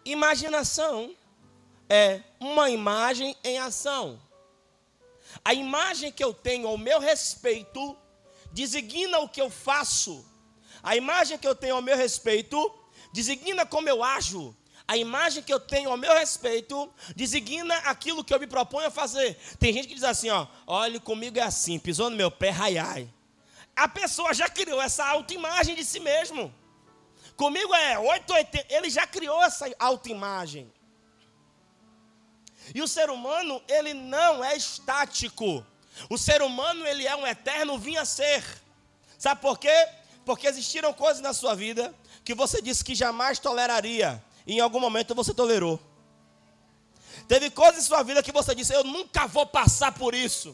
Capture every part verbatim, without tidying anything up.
Imaginação é uma imagem em ação. A imagem que eu tenho ao meu respeito designa o que eu faço. A imagem que eu tenho ao meu respeito designa como eu ajo. A imagem que eu tenho ao meu respeito designa aquilo que eu me proponho a fazer. Tem gente que diz assim, ó, olha, comigo é assim, pisou no meu pé, ai, ai. A pessoa já criou essa autoimagem de si mesmo. Comigo é oito, oitenta, ele já criou essa autoimagem. E o ser humano, ele não é estático. O ser humano, ele é um eterno vir a ser. Sabe por quê? Porque existiram coisas na sua vida que você disse que jamais toleraria. E em algum momento você tolerou. Teve coisas em sua vida que você disse, eu nunca vou passar por isso.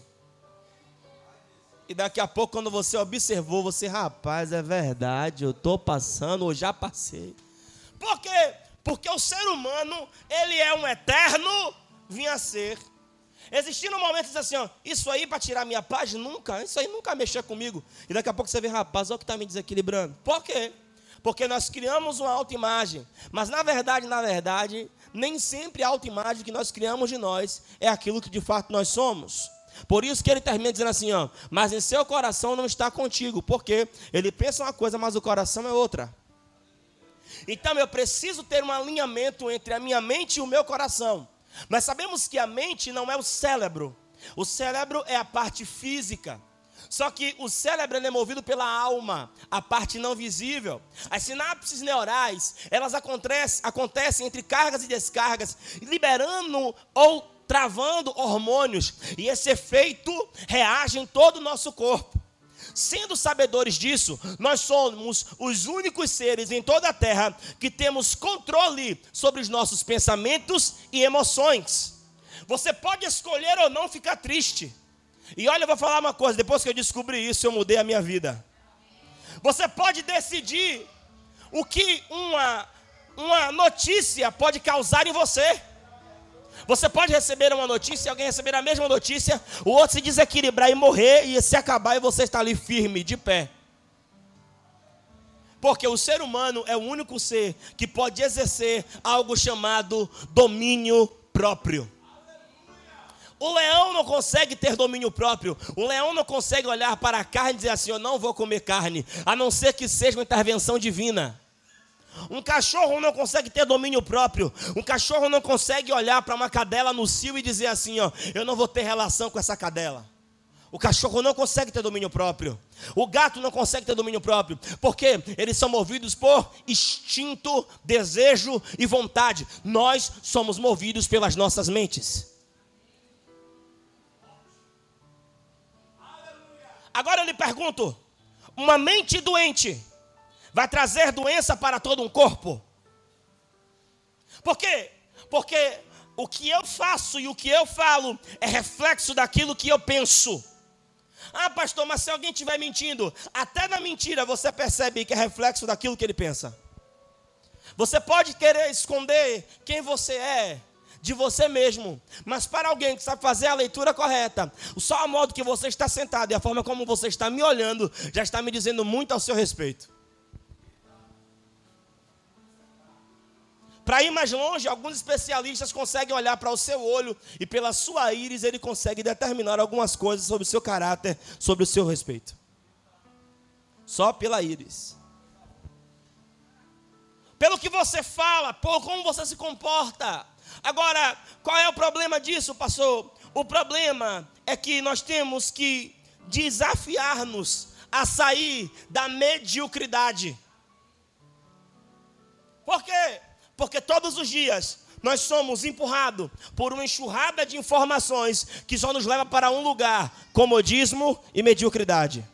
E daqui a pouco, quando você observou, você, rapaz, é verdade, eu estou passando, ou já passei. Por quê? Porque o ser humano, ele é um eterno vir a ser. Existiram momentos assim, ó, isso aí para tirar minha paz, nunca, isso aí nunca mexeu comigo. E daqui a pouco você vê, rapaz, olha o que está me desequilibrando. Por quê? Porque nós criamos uma autoimagem. Mas na verdade, na verdade, nem sempre a autoimagem que nós criamos de nós é aquilo que de fato nós somos. Por isso que ele termina dizendo assim, ó, mas em seu coração não está contigo. Porque ele pensa uma coisa, mas o coração é outra. Então eu preciso ter um alinhamento entre a minha mente e o meu coração. Nós sabemos que a mente não é o cérebro. O cérebro é a parte física. Só que o cérebro é movido pela alma, a parte não visível. As sinapses neurais, elas acontecem, acontecem entre cargas e descargas, liberando ou travando hormônios. E esse efeito reage em todo o nosso corpo. Sendo sabedores disso, nós somos os únicos seres em toda a Terra que temos controle sobre os nossos pensamentos e emoções. Você pode escolher ou não ficar triste. E olha, eu vou falar uma coisa, depois que eu descobri isso, eu mudei a minha vida. Você pode decidir o que uma, uma notícia pode causar em você. Você pode receber uma notícia, alguém receber a mesma notícia, o outro se desequilibrar e morrer, e se acabar e você está ali firme, de pé. Porque o ser humano é o único ser que pode exercer algo chamado domínio próprio. O leão não consegue ter domínio próprio. O leão não consegue olhar para a carne e dizer assim, eu não vou comer carne, a não ser que seja uma intervenção divina. Um cachorro não consegue ter domínio próprio. Um cachorro não consegue olhar para uma cadela no cio e dizer assim, ó, eu não vou ter relação com essa cadela. O cachorro não consegue ter domínio próprio. O gato não consegue ter domínio próprio. Porque eles são movidos por instinto, desejo e vontade. Nós somos movidos pelas nossas mentes. Agora eu lhe pergunto, uma mente doente vai trazer doença para todo um corpo? Por quê? Porque o que eu faço e o que eu falo é reflexo daquilo que eu penso. Ah, pastor, mas se alguém estiver mentindo, até na mentira você percebe que é reflexo daquilo que ele pensa. Você pode querer esconder quem você é de você mesmo, mas para alguém que sabe fazer a leitura correta, só o modo que você está sentado e a forma como você está me olhando já está me dizendo muito ao seu respeito. Para ir mais longe, alguns especialistas conseguem olhar para o seu olho e pela sua íris ele consegue determinar algumas coisas sobre o seu caráter, sobre o seu respeito. Só pela íris. Pelo que você fala, por como você se comporta. Agora, qual é o problema disso, pastor? O problema é que nós temos que desafiar-nos a sair da mediocridade. Por quê? Porque todos os dias nós somos empurrados por uma enxurrada de informações que só nos leva para um lugar, comodismo e mediocridade.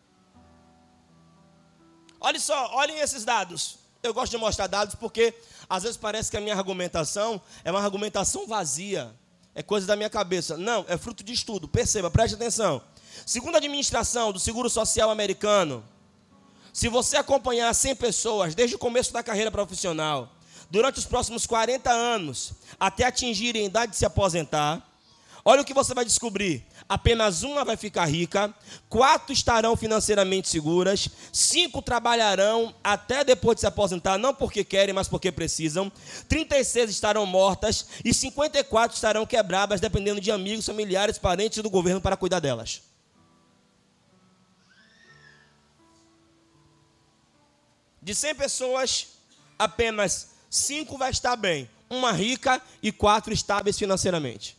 Olha só, olhem esses dados. Eu gosto de mostrar dados porque às vezes parece que a minha argumentação é uma argumentação vazia. É coisa da minha cabeça. Não, é fruto de estudo. Perceba, preste atenção. Segundo a administração do Seguro Social americano, se você acompanhar cem pessoas desde o começo da carreira profissional, durante os próximos quarenta anos, até atingirem a idade de se aposentar, olha o que você vai descobrir. Apenas uma vai ficar rica, quatro estarão financeiramente seguras, cinco trabalharão até depois de se aposentar, não porque querem, mas porque precisam, trinta e seis estarão mortas e cinquenta e quatro estarão quebradas, dependendo de amigos, familiares, parentes e do governo para cuidar delas. De cem pessoas, apenas cinco vai estar bem, uma rica e quatro estáveis financeiramente.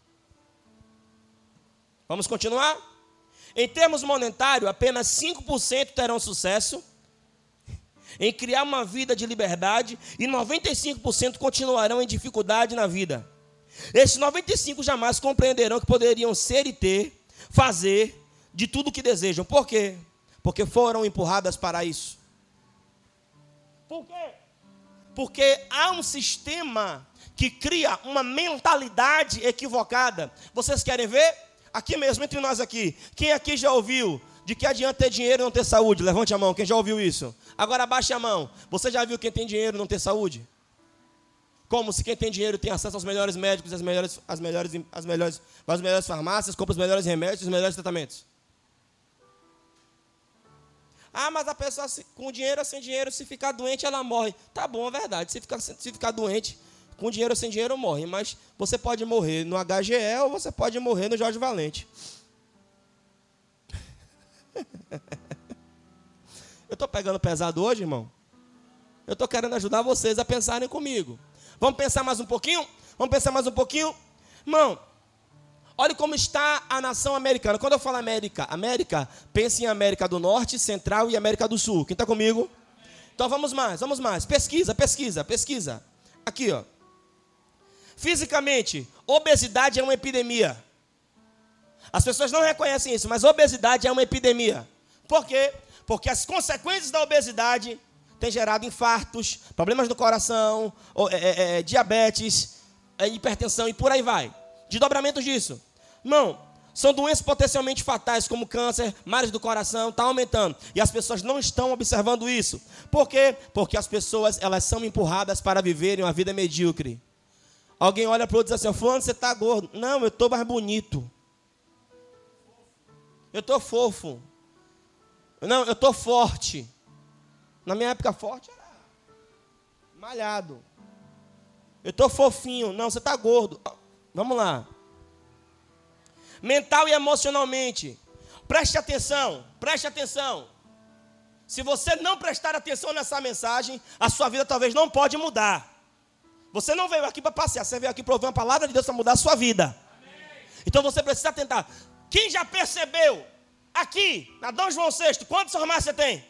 Vamos continuar? Em termos monetários, apenas cinco por cento terão sucesso em criar uma vida de liberdade e noventa e cinco por cento continuarão em dificuldade na vida. Esses noventa e cinco por cento jamais compreenderão que poderiam ser e ter, fazer de tudo o que desejam. Por quê? Porque foram empurradas para isso. Por quê? Porque há um sistema que cria uma mentalidade equivocada. Vocês querem ver? Aqui mesmo, entre nós aqui. Quem aqui já ouviu de que adianta ter dinheiro e não ter saúde? Levante a mão, quem já ouviu isso? Agora abaixe a mão. Você já viu quem tem dinheiro e não ter saúde? Como se quem tem dinheiro tem acesso aos melhores médicos, às melhores, às melhores, às melhores, às melhores farmácias, compra os melhores remédios, os melhores tratamentos. Ah, mas a pessoa com dinheiro ou sem dinheiro, se ficar doente, ela morre. Tá bom, é verdade. Se ficar, se ficar doente, com dinheiro ou sem dinheiro, morre. Mas você pode morrer no H G E ou você pode morrer no Jorge Valente. Eu estou pegando pesado hoje, irmão? Eu estou querendo ajudar vocês a pensarem comigo. Vamos pensar mais um pouquinho? Vamos pensar mais um pouquinho? Irmão, olha como está a nação americana. Quando eu falo América, América, pense em América do Norte, Central e América do Sul. Quem está comigo? Então vamos mais, vamos mais. Pesquisa, pesquisa, pesquisa. Aqui, ó. Fisicamente, obesidade é uma epidemia. As pessoas não reconhecem isso, mas obesidade é uma epidemia. Por quê? Porque as consequências da obesidade têm gerado infartos, problemas do coração, é, é, diabetes, é, hipertensão e por aí vai. Desdobramentos disso. Não, são doenças potencialmente fatais, como câncer, males do coração, está aumentando. E as pessoas não estão observando isso. Por quê? Porque as pessoas elas são empurradas para viverem uma vida medíocre. Alguém olha para o outro e diz assim, fulano, você está gordo. Não, eu estou mais bonito. Eu estou fofo. Não, eu estou forte. Na minha época, forte era malhado. Eu estou fofinho. Não, você está gordo. Vamos lá. Mental e emocionalmente. Preste atenção, preste atenção. Se você não prestar atenção nessa mensagem, a sua vida talvez não pode mudar. Você não veio aqui para passear, você veio aqui para ouvir uma palavra de Deus para mudar a sua vida. Amém. Então você precisa tentar. Quem já percebeu, aqui, na Dom João sexto, quantas farmácias você tem?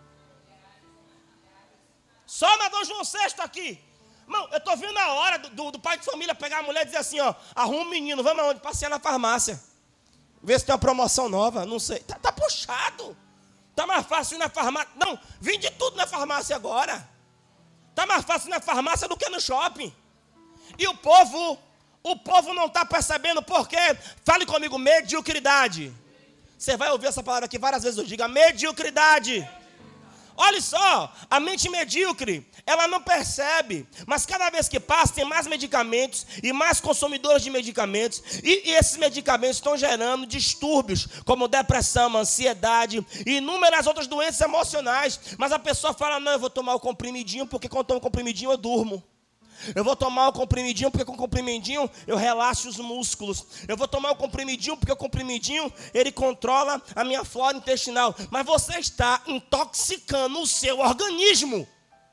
Só na Dom João sexto aqui. Irmão, eu estou vendo a hora do, do, do pai de família pegar a mulher e dizer assim, ó, arruma um menino, vamos aonde? Passear na farmácia. Ver se tem uma promoção nova, não sei. Tá, tá puxado. Tá mais fácil ir na farmácia. Não, vende tudo na farmácia agora. Tá mais fácil na farmácia do que no shopping. E o povo, o povo não está percebendo por quê. Fale comigo, mediocridade. Você vai ouvir essa palavra aqui várias vezes, eu digo, mediocridade. Olha só, a mente medíocre, ela não percebe, mas cada vez que passa tem mais medicamentos e mais consumidores de medicamentos, e, e esses medicamentos estão gerando distúrbios, como depressão, ansiedade e inúmeras outras doenças emocionais, mas a pessoa fala, não, eu vou tomar o comprimidinho, porque quando eu tomo o comprimidinho eu durmo. Eu vou tomar o comprimidinho porque com o comprimidinho eu relaxo os músculos. Eu vou tomar o comprimidinho porque o comprimidinho ele controla a minha flora intestinal. Mas você está intoxicando o seu organismo.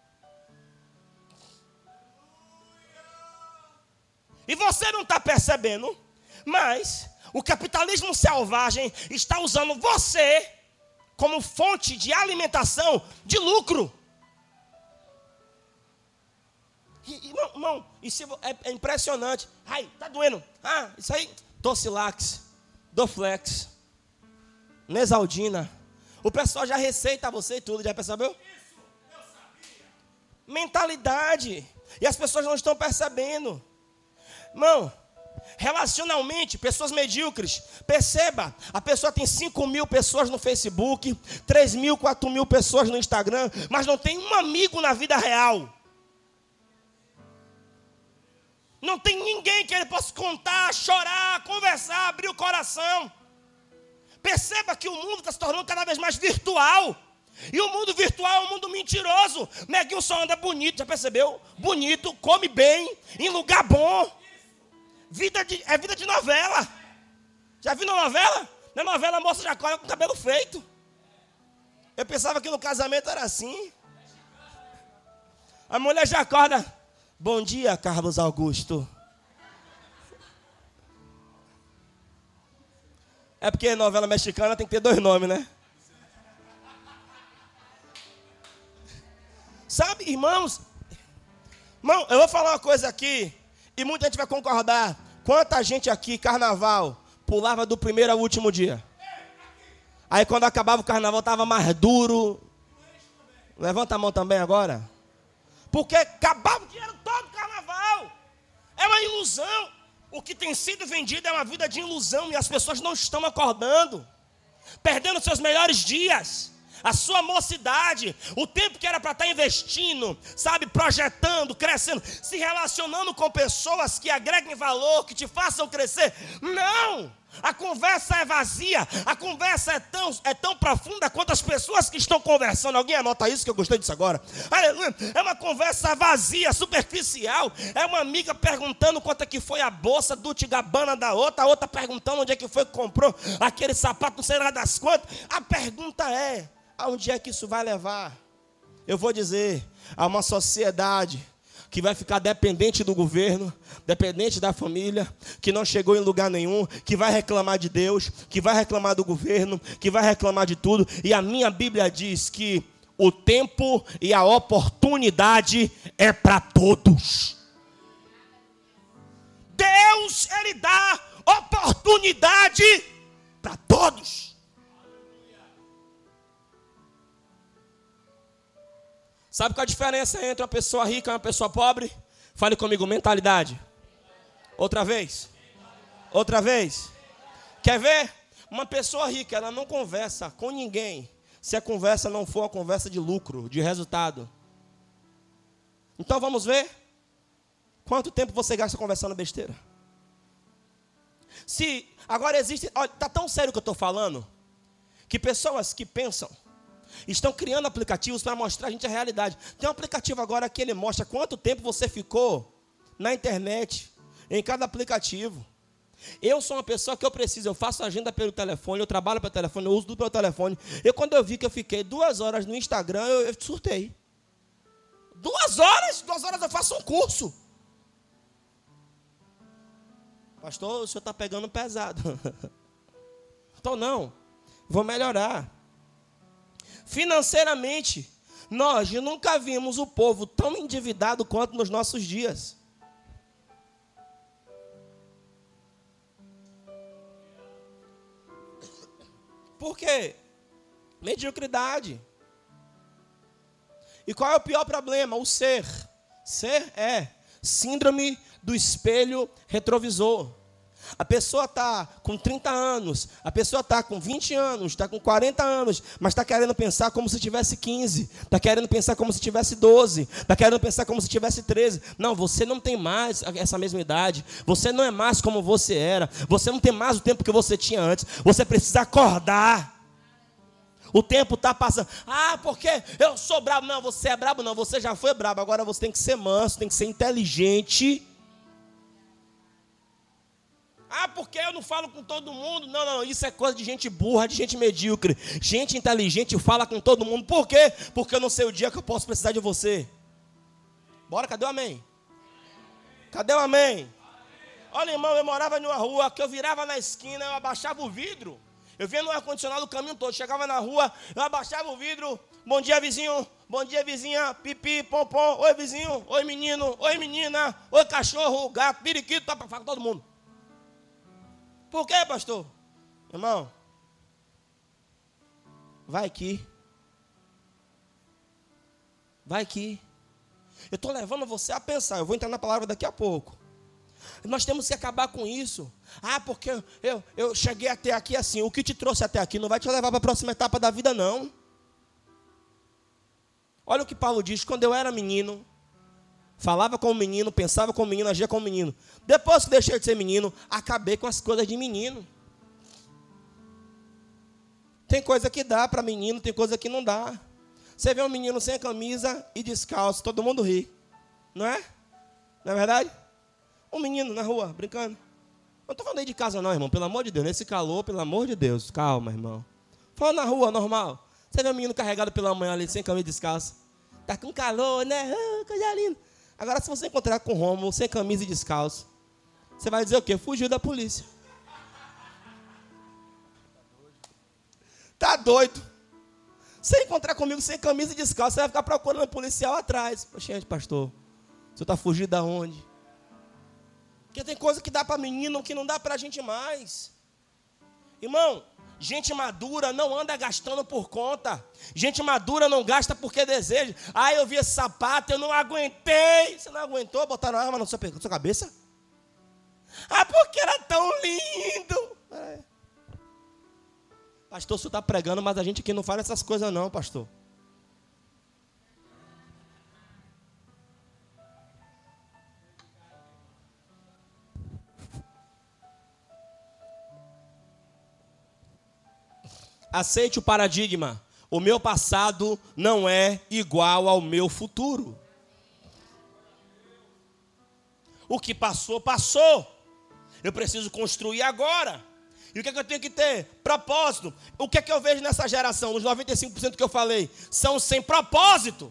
E você não está percebendo, mas o capitalismo selvagem está usando você como fonte de alimentação de lucro. Irmão, irmão, isso é, é impressionante. Ai, tá doendo. Ah, isso aí, Tocilax, Doflex, Nesaldina. O pessoal já receita você e tudo, já percebeu? Isso, eu sabia. Mentalidade. E as pessoas não estão percebendo. Irmão, relacionalmente, pessoas medíocres. Perceba, a pessoa tem cinco mil pessoas no Facebook, três mil, quatro mil pessoas no Instagram, mas não tem um amigo na vida real. Não tem ninguém que ele possa contar, chorar, conversar, abrir o coração. Perceba que o mundo está se tornando cada vez mais virtual. E o mundo virtual é um mundo mentiroso. Neguinho só anda bonito, já percebeu? Bonito, come bem, em lugar bom. Vida de, é vida de novela. Já viu na novela? Na novela a moça já acorda com o cabelo feito. Eu pensava que no casamento era assim. A mulher já acorda. Bom dia, Carlos Augusto. É porque novela mexicana tem que ter dois nomes, né? Sabe, irmãos? Irmão, eu vou falar uma coisa aqui, e muita gente vai concordar. Quanta gente aqui, carnaval, pulava do primeiro ao último dia. Aí quando acabava o carnaval, estava mais duro. Levanta a mão também agora. Porque acabava o dinheiro todo do carnaval. É uma ilusão. O que tem sido vendido é uma vida de ilusão, e as pessoas não estão acordando. Perdendo seus melhores dias. A sua mocidade, o tempo que era para estar investindo, sabe, projetando, crescendo, se relacionando com pessoas que agreguem valor, que te façam crescer. Não! A conversa é vazia, a conversa é tão, é tão profunda quanto as pessoas que estão conversando. Alguém anota isso, que eu gostei disso agora. Aleluia! É uma conversa vazia, superficial. É uma amiga perguntando quanto é que foi a bolsa do Tigabana da outra, a outra perguntando onde é que foi que comprou aquele sapato, não sei lá das quantas. A pergunta é: aonde é que isso vai levar? Eu vou dizer, a uma sociedade que vai ficar dependente do governo, dependente da família, que não chegou em lugar nenhum, que vai reclamar de Deus, que vai reclamar do governo, que vai reclamar de tudo. E a minha Bíblia diz que o tempo e a oportunidade é para todos. Deus, Ele dá oportunidade para todos. Sabe qual a diferença entre uma pessoa rica e uma pessoa pobre? Fale comigo, mentalidade. Outra vez. Outra vez. Quer ver? Uma pessoa rica, ela não conversa com ninguém se a conversa não for uma conversa de lucro, de resultado. Então vamos ver quanto tempo você gasta conversando besteira. Se agora existe, olha, está tão sério o que eu estou falando, que pessoas que pensam estão criando aplicativos para mostrar a gente a realidade. Tem um aplicativo agora que ele mostra quanto tempo você ficou na internet, em cada aplicativo. Eu sou uma pessoa que eu preciso, eu faço agenda pelo telefone, eu trabalho pelo telefone, eu uso tudo pelo telefone. Eu, quando eu vi que eu fiquei duas horas no Instagram, eu, eu surtei. Duas horas? Duas horas eu faço um curso. Pastor, o senhor está pegando pesado. Então não, vou melhorar. Financeiramente, nós nunca vimos o povo tão endividado quanto nos nossos dias. Por quê? Mediocridade. E qual é o pior problema? O ser. Ser é síndrome do espelho retrovisor. A pessoa está com trinta anos, a pessoa está com vinte anos, está com quarenta anos, mas está querendo pensar como se tivesse quinze, está querendo pensar como se tivesse doze, está querendo pensar como se tivesse treze. Não, você não tem mais essa mesma idade, você não é mais como você era, você não tem mais o tempo que você tinha antes, você precisa acordar. O tempo está passando. Ah, porque eu sou brabo. Não, você é brabo não, você já foi brabo, agora você tem que ser manso, tem que ser inteligente. Ah, porque eu não falo com todo mundo. Não, não, isso é coisa de gente burra, de gente medíocre. Gente inteligente fala com todo mundo. Por quê? Porque eu não sei o dia que eu posso precisar de você. Bora, cadê o amém? Cadê o amém? Olha, irmão, eu morava em uma rua que eu virava na esquina, eu abaixava o vidro. Eu vinha no ar-condicionado o caminho todo. Chegava na rua, eu abaixava o vidro. Bom dia, vizinho. Bom dia, vizinha. Pipi, pompom. Oi, vizinho. Oi, menino. Oi, menina. Oi, cachorro, gato, periquito. Tá para falar com todo mundo. Por quê, pastor? Irmão, vai aqui. Vai aqui. Eu estou levando você a pensar. Eu vou entrar na palavra daqui a pouco. Nós temos que acabar com isso. Ah, porque eu, eu, eu cheguei até aqui assim. O que te trouxe até aqui não vai te levar para a próxima etapa da vida, não. Olha o que Paulo diz. Quando eu era menino, falava como menino, pensava como menino, agia como menino. Depois que deixei de ser menino, acabei com as coisas de menino. Tem coisa que dá para menino, tem coisa que não dá. Você vê um menino sem camisa e descalço, todo mundo ri. Não é? Não é verdade? Um menino na rua, brincando. Não estou falando aí de casa não, irmão. Pelo amor de Deus. Nesse calor, pelo amor de Deus. Calma, irmão. Falando na rua, normal. Você vê um menino carregado pela manhã ali, sem camisa e descalço. Tá com calor, né? Ah, coisa linda. Agora, se você encontrar com o Rômulo, sem camisa e descalço, você vai dizer o quê? Fugiu da polícia. Tá doido. Se encontrar comigo sem camisa e descalço, você vai ficar procurando um policial atrás. Gente, pastor, o senhor está fugindo da onde? Porque tem coisa que dá para menino que não dá para a gente mais. Irmão, gente madura não anda gastando por conta. Gente madura não gasta porque deseja. Ah, eu vi esse sapato, eu não aguentei. Você não aguentou? Botaram arma na sua, na sua cabeça? Ah, porque era tão lindo. É. Pastor, o senhor está pregando, mas a gente aqui não fala essas coisas não, pastor. Aceite o paradigma. O meu passado não é igual ao meu futuro. O que passou, passou. Eu preciso construir agora. E o que é que eu tenho que ter? Propósito. O que é que eu vejo nessa geração? Os noventa e cinco por cento que eu falei são sem propósito.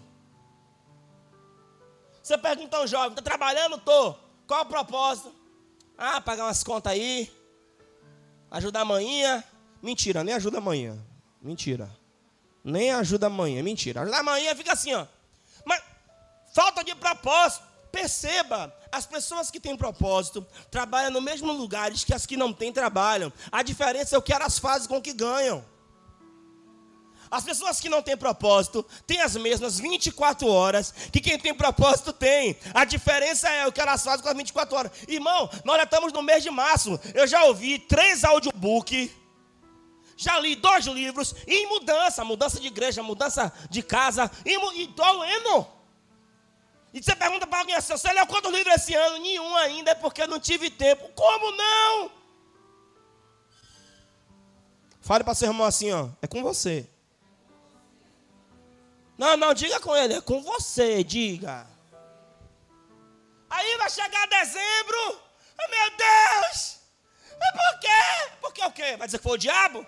Você pergunta ao jovem, está trabalhando? Estou. Qual é o propósito? Ah, pagar umas contas aí. Ajudar a manhinha. Mentira, nem ajuda amanhã. Mentira. Nem ajuda amanhã. Mentira. Ajuda amanhã fica assim, ó. Mas falta de propósito. Perceba, as pessoas que têm propósito trabalham no mesmo lugar que as que não têm trabalham. A diferença é o que elas fazem com o que ganham. As pessoas que não têm propósito têm as mesmas vinte e quatro horas que quem tem propósito tem. A diferença é o que elas fazem com as vinte e quatro horas. Irmão, nós já estamos no mês de março. Eu já ouvi três audiobooks. Já li dois livros em mudança, mudança de igreja, mudança de casa, e estou lendo. E você pergunta para alguém assim, você leu quantos livros esse ano? Nenhum ainda, é porque eu não tive tempo. Como não? Fale para seu irmão assim, ó, é com você. Não, não, diga com ele, é com você, diga. Aí vai chegar dezembro, oh, meu Deus, mas por quê? Por que o quê? Vai dizer que foi o diabo?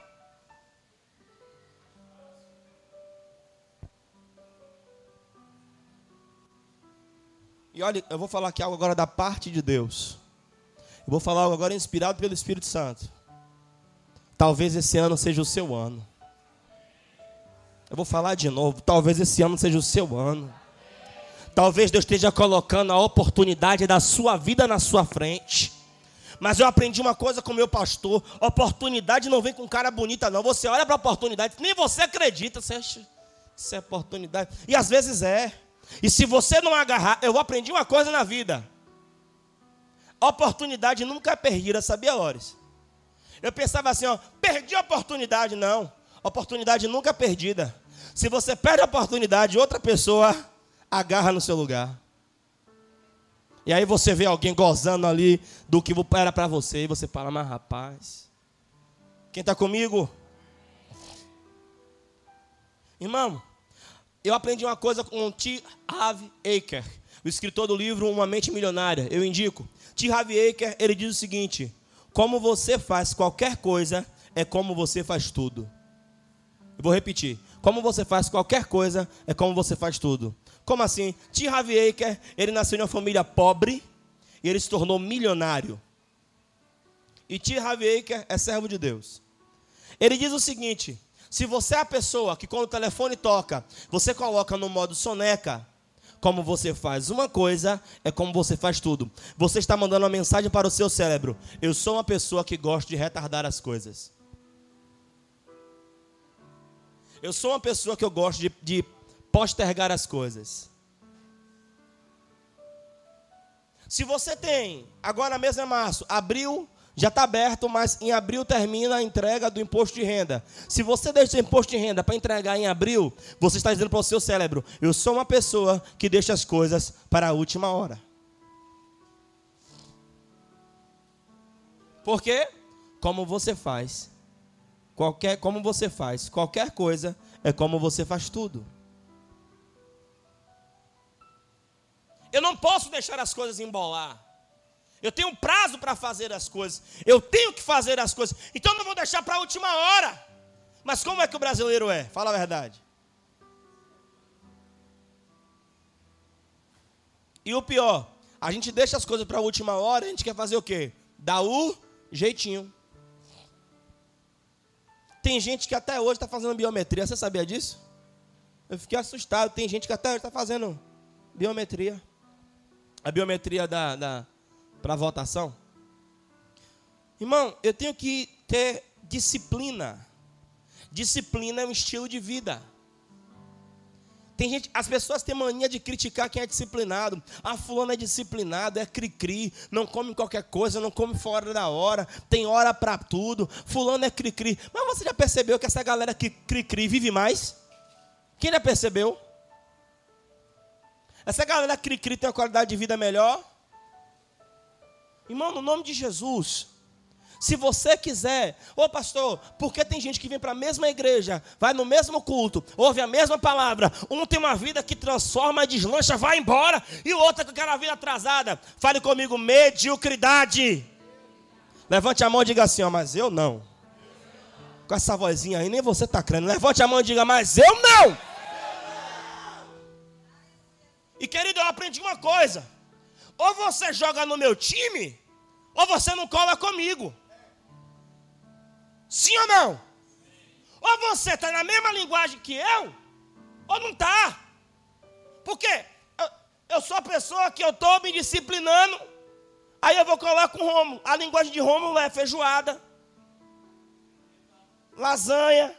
E olha, eu vou falar aqui algo agora da parte de Deus. Eu vou falar algo agora inspirado pelo Espírito Santo. Talvez esse ano seja o seu ano. Eu vou falar de novo. Talvez esse ano seja o seu ano. Talvez Deus esteja colocando a oportunidade da sua vida na sua frente. Mas eu aprendi uma coisa com o meu pastor. Oportunidade não vem com cara bonita não. Você olha para a oportunidade, nem você acredita. Você acha, isso é oportunidade. E às vezes é. E se você não agarrar, eu aprendi uma coisa na vida. A oportunidade nunca é perdida, sabia, Lores? Eu pensava assim, ó, perdi a oportunidade. Não, a oportunidade nunca é perdida. Se você perde a oportunidade, outra pessoa agarra no seu lugar. E aí você vê alguém gozando ali do que era para você, e você fala, mas rapaz, quem está comigo? Irmão, eu aprendi uma coisa com T. Harv Eker, o escritor do livro Uma Mente Milionária. Eu indico. T. Harv Eker, ele diz o seguinte: como você faz qualquer coisa, é como você faz tudo. Eu vou repetir. Como você faz qualquer coisa, é como você faz tudo. Como assim? T. Harv Eker, ele nasceu em uma família pobre e ele se tornou milionário. E T. Harv Eker é servo de Deus. Ele diz o seguinte: se você é a pessoa que quando o telefone toca, você coloca no modo soneca, como você faz uma coisa, é como você faz tudo. Você está mandando uma mensagem para o seu cérebro: eu sou uma pessoa que gosta de retardar as coisas. Eu sou uma pessoa que eu gosto de, de postergar as coisas. Se você tem, agora mesmo é março, abril, já está aberto, mas em abril termina a entrega do imposto de renda. Se você deixa o imposto de renda para entregar em abril, você está dizendo para o seu cérebro: eu sou uma pessoa que deixa as coisas para a última hora. Por quê? Como você faz, qualquer, como você faz qualquer coisa, é como você faz tudo. Eu não posso deixar as coisas embolar. Eu tenho um prazo para fazer as coisas. Eu tenho que fazer as coisas. Então eu não vou deixar para a última hora. Mas como é que o brasileiro é? Fala a verdade. E o pior, a gente deixa as coisas para a última hora e a gente quer fazer o quê? Dar o jeitinho. Tem gente que até hoje está fazendo biometria. Você sabia disso? Eu fiquei assustado. Tem gente que até hoje está fazendo biometria. A biometria da... da para votação. Irmão, eu tenho que ter disciplina. Disciplina é um estilo de vida. Tem gente, as pessoas têm mania de criticar quem é disciplinado. Ah, fulano é disciplinado, é cri-cri, não come qualquer coisa, não come fora da hora, tem hora para tudo. Fulano é cri-cri. Mas você já percebeu que essa galera que cri-cri vive mais? Quem já percebeu? Essa galera cri-cri tem uma qualidade de vida melhor? Irmão, no nome de Jesus, se você quiser, ô pastor, porque tem gente que vem para a mesma igreja, vai no mesmo culto, ouve a mesma palavra, um tem uma vida que transforma, deslancha, vai embora, e o outro com aquela vida atrasada. Fale comigo: mediocridade. Levante a mão e diga assim: ó, mas eu não. Com essa vozinha aí, nem você está crendo. Levante a mão e diga: mas eu não. E querido, eu aprendi uma coisa: ou você joga no meu time, ou você não cola comigo. Sim ou não? Ou você está na mesma linguagem que eu, ou não está. Porque eu, eu sou a pessoa que eu estou me disciplinando, aí eu vou colar com o Rômulo. A linguagem de Rômulo é feijoada, lasanha,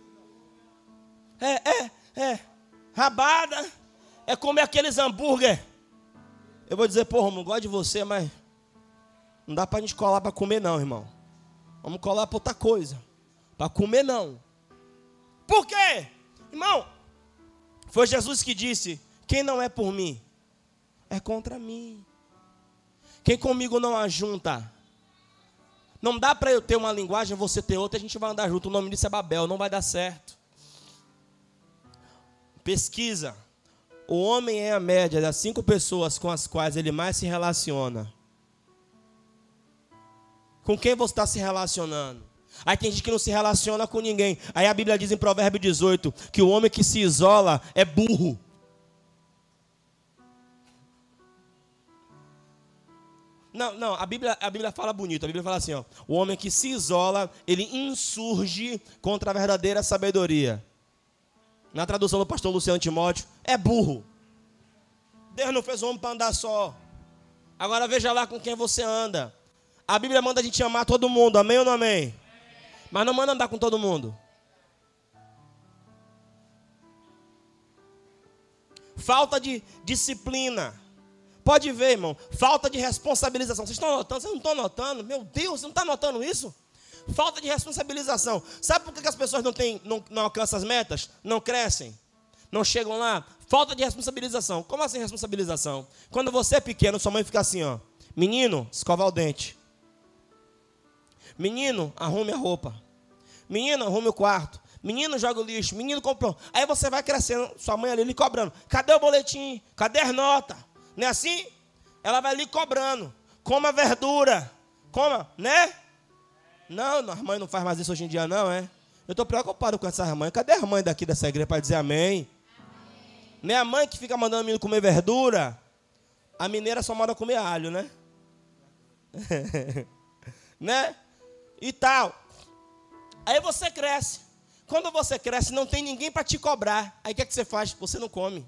é, é, é, rabada, é comer aqueles hambúrguer. Eu vou dizer: pô, Romulo, gosto de você, mas não dá para a gente colar para comer não, irmão. Vamos colar para outra coisa. Para comer não. Por quê? Irmão, foi Jesus que disse: quem não é por mim, é contra mim. Quem comigo não ajunta. Não dá para eu ter uma linguagem, você ter outra, a gente vai andar junto. O nome disso é Babel, não vai dar certo. Pesquisa. O homem é a média das cinco pessoas com as quais ele mais se relaciona. Com quem você está se relacionando? Aí tem gente que não se relaciona com ninguém. Aí a Bíblia diz em Provérbios dezoito que o homem que se isola é burro. Não, não, a Bíblia, a Bíblia fala bonito. A Bíblia fala assim, ó: o homem que se isola, ele insurge contra a verdadeira sabedoria. Na tradução do pastor Luciano Timóteo, é burro. Deus não fez o homem para andar só. Agora veja lá com quem você anda. A Bíblia manda a gente amar todo mundo, amém ou não amém? Amém. Mas não manda andar com todo mundo. Falta de disciplina. Pode ver, irmão, falta de responsabilização. Vocês estão notando? Vocês não estão notando? Meu Deus, você não está notando isso? Falta de responsabilização. Sabe por que as pessoas não, têm, não, não alcançam as metas? Não crescem? Não chegam lá? Falta de responsabilização. Como assim responsabilização? Quando você é pequeno, sua mãe fica assim, ó: menino, escovar o dente. Menino, arrume a roupa. Menino, arrume o quarto. Menino, joga o lixo. Menino, comprou. Aí você vai crescendo, sua mãe ali lhe cobrando: cadê o boletim? Cadê as notas? Não é assim? Ela vai lhe cobrando. Coma verdura. Coma, né? Não, a mãe não faz mais isso hoje em dia não, é? Eu estou preocupado com essas mães. Cadê as mães daqui dessa igreja para dizer amém? Não é a mãe que fica mandando o menino comer verdura? A mineira só manda comer alho, né? Né? E tal. Aí você cresce. Quando você cresce, não tem ninguém para te cobrar. Aí o que é que você faz? Você não come.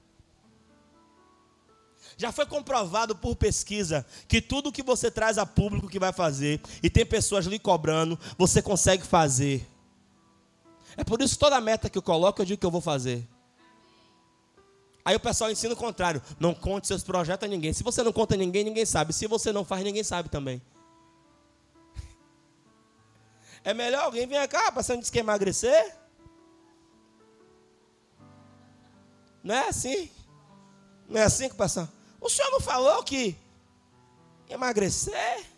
Já foi comprovado por pesquisa que tudo que você traz a público que vai fazer, e tem pessoas lhe cobrando, você consegue fazer. É por isso que toda meta que eu coloco, eu digo que eu vou fazer. Aí o pessoal ensina o contrário: não conte seus projetos a ninguém. Se você não conta a ninguém, ninguém sabe. Se você não faz, ninguém sabe também. É melhor alguém vir cá, para você não disse que emagrecer? Não é assim? Não é assim que passa? O senhor não falou que emagrecer?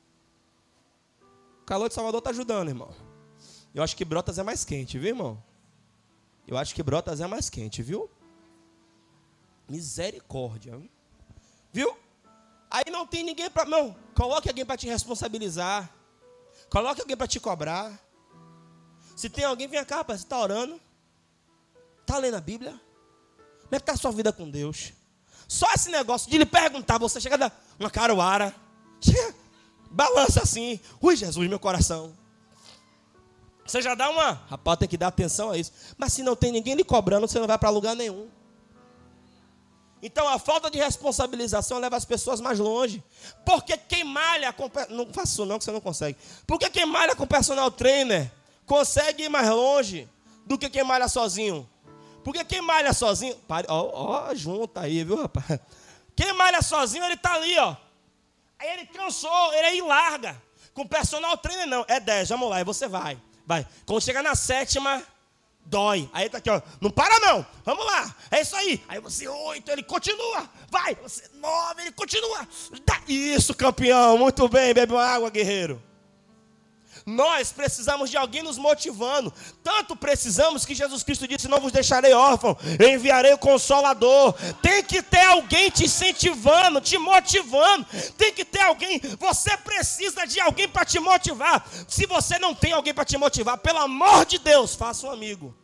O calor de Salvador está ajudando, irmão. Eu acho que Brotas é mais quente, viu, irmão? Eu acho que Brotas é mais quente, viu? Misericórdia. Viu? Aí não tem ninguém para... Não, coloque alguém para te responsabilizar. Coloque alguém para te cobrar. Se tem alguém, vem cá, rapaz, você está orando? Está lendo a Bíblia? Como é que está a sua vida com Deus? Só esse negócio de lhe perguntar, você chega da uma caruara, chega, balança assim, ui Jesus, meu coração. Você já dá uma, rapaz, tem que dar atenção a isso. Mas se não tem ninguém lhe cobrando, você não vai para lugar nenhum. Então a falta de responsabilização leva as pessoas mais longe. Porque quem malha com... Não faça isso não, que você não consegue. Porque quem malha com personal trainer consegue ir mais longe do que quem malha sozinho. Porque quem malha sozinho... Ó, ó, junta aí, viu, rapaz? Quem malha sozinho, ele tá ali, ó. Aí ele cansou, ele aí larga. Com personal trainer não, é dez, vamos lá, aí você vai. Vai. Quando chega na sétima, dói. Aí tá aqui, ó. Não para não, vamos lá. É isso aí. Aí você, oito, ele continua. Vai, você, nove, ele continua. Isso, campeão, muito bem, bebe uma água, guerreiro. Nós precisamos de alguém nos motivando. Tanto precisamos que Jesus Cristo disse: não vos deixarei órfão, eu enviarei o Consolador. Tem que ter alguém te incentivando, te motivando. Tem que ter alguém. Você precisa de alguém para te motivar. Se você não tem alguém para te motivar, pelo amor de Deus, faça um amigo.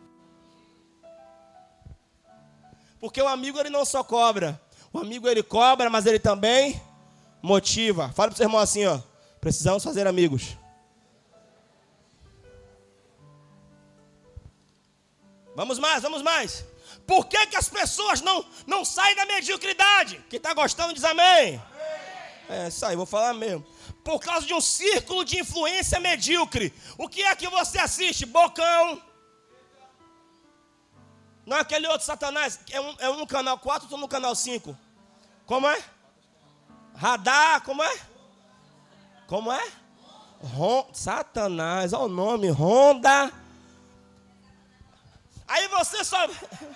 Porque o amigo, ele não só cobra. O amigo, ele cobra, mas ele também motiva. Fala para o seu irmão assim, ó: precisamos fazer amigos. Vamos mais, vamos mais. Por que que as pessoas não, não saem da mediocridade? Quem está gostando diz amém. Amém. É isso aí, vou falar mesmo. Por causa de um círculo de influência medíocre. O que é que você assiste? Bocão. Não é aquele outro Satanás. É um, é um no canal quatro, outro no canal cinco. Como é? Radar, como é? Como é? Ron, Satanás, olha o nome, Honda. Aí você só...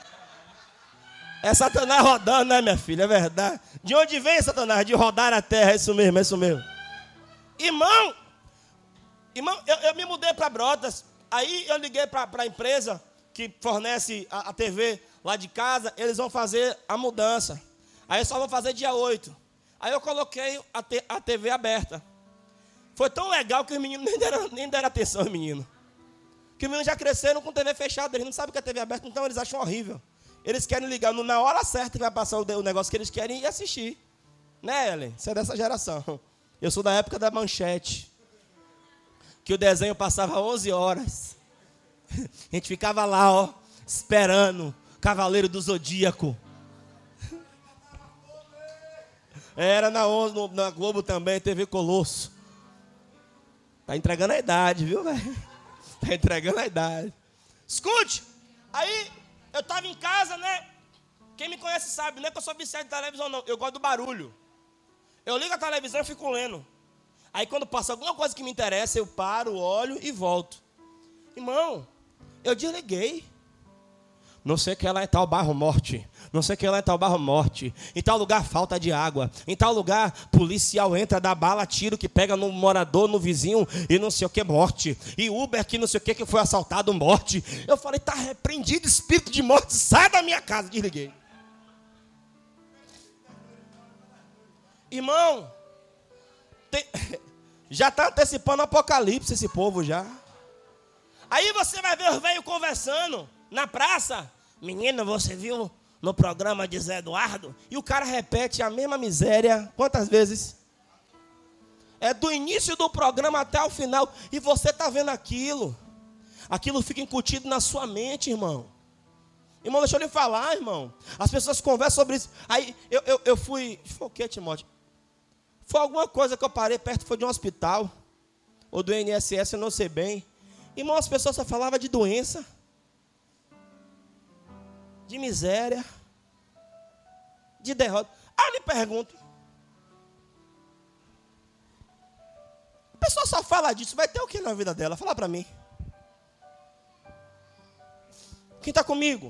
É Satanás rodando, né, minha filha? É verdade. De onde vem Satanás? De rodar a terra, é isso mesmo, é isso mesmo. Irmão, irmão, eu, eu me mudei para Brotas. Aí eu liguei para a empresa que fornece a, a T V lá de casa. Eles vão fazer a mudança. Aí eu só vou fazer dia oito. Aí eu coloquei a, te, a T V aberta. Foi tão legal que os meninos nem deram, nem deram atenção, os meninos. Que os meninos já cresceram com T V fechada, eles não sabem o que é T V aberta, então eles acham horrível. Eles querem ligar na hora certa que vai passar o negócio que eles querem e assistir. Né, Ellen? Você é dessa geração. Eu sou da época da Manchete. Que o desenho passava onze horas. A gente ficava lá, ó, esperando Cavaleiro do Zodíaco. Era na, onze, na Globo também, T V Colosso. Tá entregando a idade, viu, velho? Está entregando a idade. Escute, aí eu estava em casa, né? Quem me conhece sabe, não é que eu sou viciado de televisão, não. Eu gosto do barulho. Eu ligo a televisão e fico lendo. Aí quando passa alguma coisa que me interessa, eu paro, olho e volto. Irmão, eu desliguei. Não sei que lá em tal bairro morte. Não sei que lá em tal bairro morte. Em tal lugar falta de água. Em tal lugar policial entra, dá bala, tiro que pega no morador, no vizinho e não sei o que, morte. E Uber que não sei o que, que foi assaltado, morte. Eu falei, tá repreendido espírito de morte, sai da minha casa. Desliguei. Irmão, tem... já está antecipando o apocalipse esse povo já. Aí você vai ver os velhos conversando na praça. Menino, você viu no programa de Zé Eduardo? E o cara repete a mesma miséria. Quantas vezes? É do início do programa até o final. E você está vendo aquilo. Aquilo fica incutido na sua mente, irmão. Irmão, deixa eu lhe falar, irmão. As pessoas conversam sobre isso. Aí eu, eu, eu fui... Foi o que, Timóteo? Foi alguma coisa que eu parei perto, foi de um hospital. Ou do I N S S, eu não sei bem. Irmão, as pessoas só falavam de doença. De miséria, de derrota. Aí eu lhe pergunto, pessoa só fala disso, vai ter o que na vida dela? Fala para mim. Quem está comigo?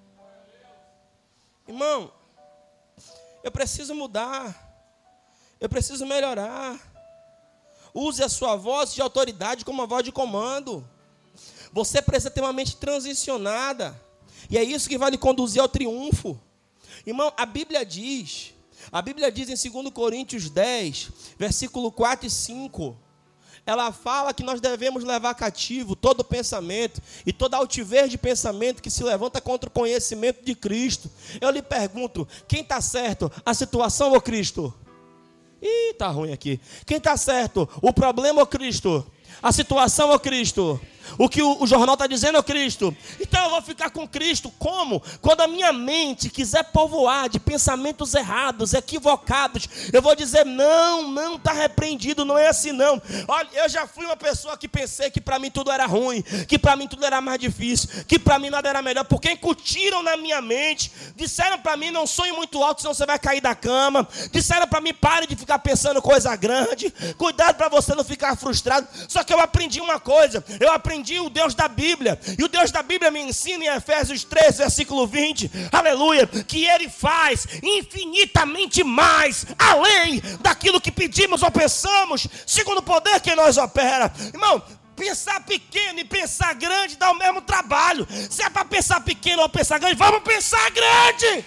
Irmão, eu preciso mudar. Eu preciso melhorar. Use a sua voz de autoridade como uma voz de comando. Você precisa ter uma mente transicionada. E é isso que vai lhe conduzir ao triunfo. Irmão, a Bíblia diz, a Bíblia diz em segundo Coríntios dez, versículo quatro e cinco, ela fala que nós devemos levar cativo todo pensamento e toda altivez de pensamento que se levanta contra o conhecimento de Cristo. Eu lhe pergunto, quem está certo? A situação ou Cristo? Ih, está ruim aqui. Quem está certo? O problema ou Cristo? A situação ou Cristo? O que o, o jornal está dizendo é Cristo. Então eu vou ficar com Cristo. Como? Quando a minha mente quiser povoar de pensamentos errados, equivocados, eu vou dizer, não, não está repreendido, não é assim não. Olha, eu já fui uma pessoa que pensei que para mim tudo era ruim, que para mim tudo era mais difícil, que para mim nada era melhor, porque incutiram na minha mente, disseram para mim, não sonhe muito alto, senão você vai cair da cama, disseram para mim, pare de ficar pensando coisa grande, cuidado para você não ficar frustrado. Só que eu aprendi uma coisa, eu aprendi o Deus da Bíblia, e o Deus da Bíblia me ensina em Efésios três, versículo vinte, aleluia, que Ele faz infinitamente mais, além daquilo que pedimos ou pensamos, segundo o poder que nós opera. Irmão, pensar pequeno e pensar grande dá o mesmo trabalho. Se é para pensar pequeno ou pensar grande, vamos pensar grande.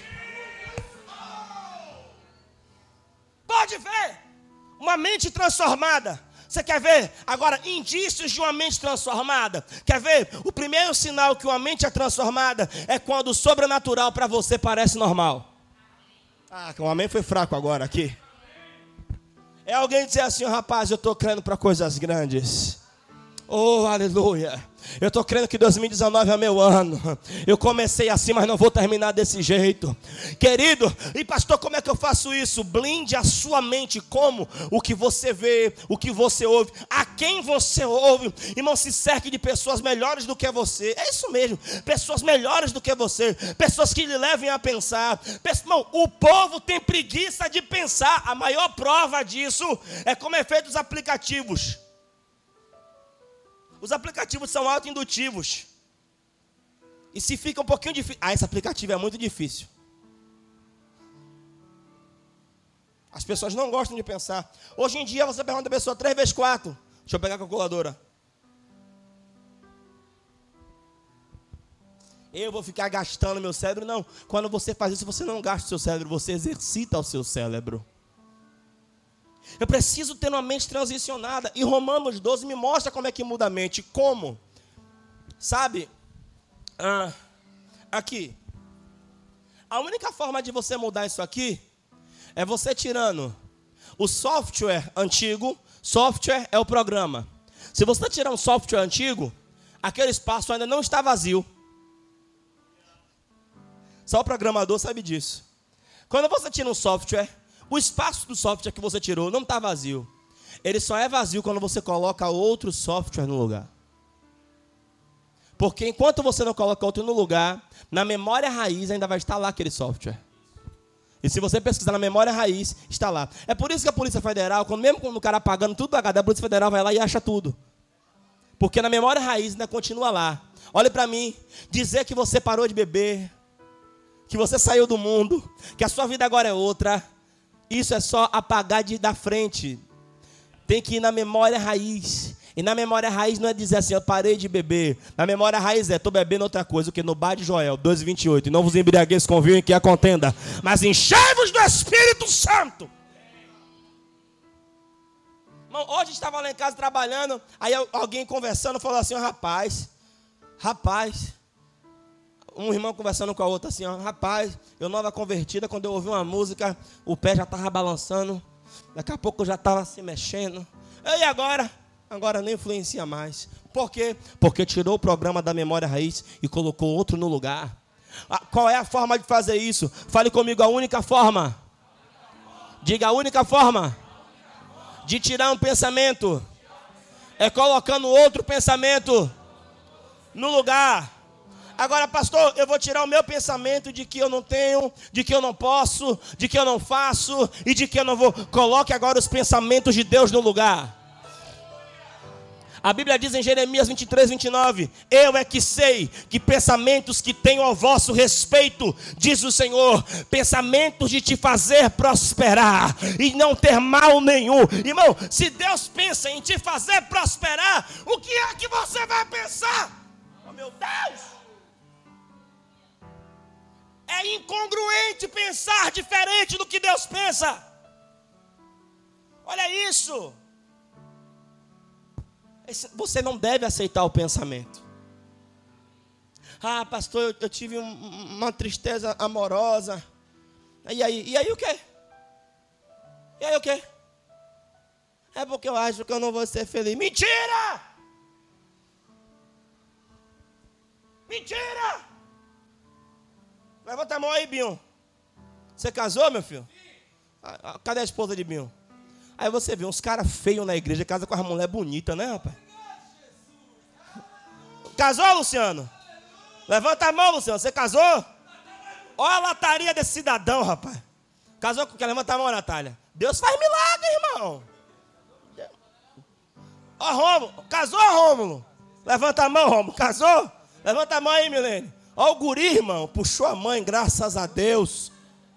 Pode ver, uma mente transformada. Você quer ver agora indícios de uma mente transformada? Quer ver? O primeiro sinal que uma mente é transformada é quando o sobrenatural para você parece normal. Ah, o amém foi fraco agora aqui. É alguém dizer assim, oh, rapaz, eu estou crendo para coisas grandes. Oh, aleluia. Eu estou crendo que dois mil e dezenove é meu ano. Eu comecei assim, mas não vou terminar desse jeito. Querido, e pastor, como é que eu faço isso? Blinde a sua mente. Como? O que você vê, o que você ouve, a quem você ouve. Irmão, se cerque de pessoas melhores do que você. É isso mesmo, pessoas melhores do que você. Pessoas que lhe levem a pensar. Irmão, o povo tem preguiça de pensar. A maior prova disso é como é feito os aplicativos. Os aplicativos são autoindutivos. E se fica um pouquinho difícil... Ah, esse aplicativo é muito difícil. As pessoas não gostam de pensar. Hoje em dia você pergunta a pessoa três vezes quatro. Deixa eu pegar a calculadora. Eu vou ficar gastando meu cérebro? Não. Quando você faz isso, você não gasta o seu cérebro. Você exercita o seu cérebro. Eu preciso ter uma mente transicionada. E Romanos doze me mostra como é que muda a mente. Como? Sabe? Ah, aqui. A única forma de você mudar isso aqui é você tirando o software antigo. Software é o programa. Se você tirar um software antigo, aquele espaço ainda não está vazio. Só o programador sabe disso. Quando você tira um software, o espaço do software que você tirou não está vazio. Ele só é vazio quando você coloca outro software no lugar. Porque enquanto você não coloca outro no lugar, na memória raiz ainda vai estar lá aquele software. E se você pesquisar na memória raiz, está lá. É por isso que a Polícia Federal, quando, mesmo quando o cara apagando tudo do H D, a Polícia Federal vai lá e acha tudo. Porque na memória raiz ainda continua lá. Olhe para mim, dizer que você parou de beber, que você saiu do mundo, que a sua vida agora é outra... Isso é só apagar de, da frente. Tem que ir na memória raiz. E na memória raiz não é dizer assim, eu parei de beber. Na memória raiz é, estou bebendo outra coisa. O que? No bar de Joel, doze, vinte e oito. E não vos embriagueis com vinho em que há contenda, mas enchei-vos do Espírito Santo. Irmão, hoje estava lá em casa trabalhando. Aí alguém conversando falou assim, oh, rapaz, rapaz... Um irmão conversando com a outra assim, ó, rapaz, eu nova convertida, quando eu ouvi uma música, o pé já estava balançando, daqui a pouco eu já estava se mexendo. E agora? Agora nem influencia mais. Por quê? Porque tirou o programa da memória raiz e colocou outro no lugar. Qual é a forma de fazer isso? Fale comigo, a única forma. Diga, a única forma de tirar um pensamento é colocando outro pensamento no lugar. Agora, pastor, eu vou tirar o meu pensamento de que eu não tenho, de que eu não posso, de que eu não faço e de que eu não vou. Coloque agora os pensamentos de Deus no lugar. A Bíblia diz em Jeremias vinte e três, vinte e nove: eu é que sei que pensamentos que tenho ao vosso respeito, diz o Senhor, pensamentos de te fazer prosperar e não ter mal nenhum. Irmão, se Deus pensa em te fazer prosperar, o que é que você vai pensar? Oh, meu Deus! É incongruente pensar diferente do que Deus pensa. Olha isso. Você não deve aceitar o pensamento. Ah, pastor, eu, eu tive um, uma tristeza amorosa. E aí, e aí o quê? E aí o quê? É porque eu acho que eu não vou ser feliz. Mentira! Mentira! Levanta a mão aí, Binho. Você casou, meu filho? Ah, cadê a esposa de Binho? Aí você vê uns caras feios na igreja, casa com as mulher bonita, né, rapaz? Casou, Luciano? Levanta a mão, Luciano. Você casou? Olha a lataria desse cidadão, rapaz. Casou com quem? Levanta a mão, Natália. Deus faz milagre, irmão. Ó, Rômulo. Casou, Rômulo? Levanta a mão, Rômulo. Casou? Levanta a mão aí, Milene. Ó o guri, irmão. Puxou a mãe, graças a Deus.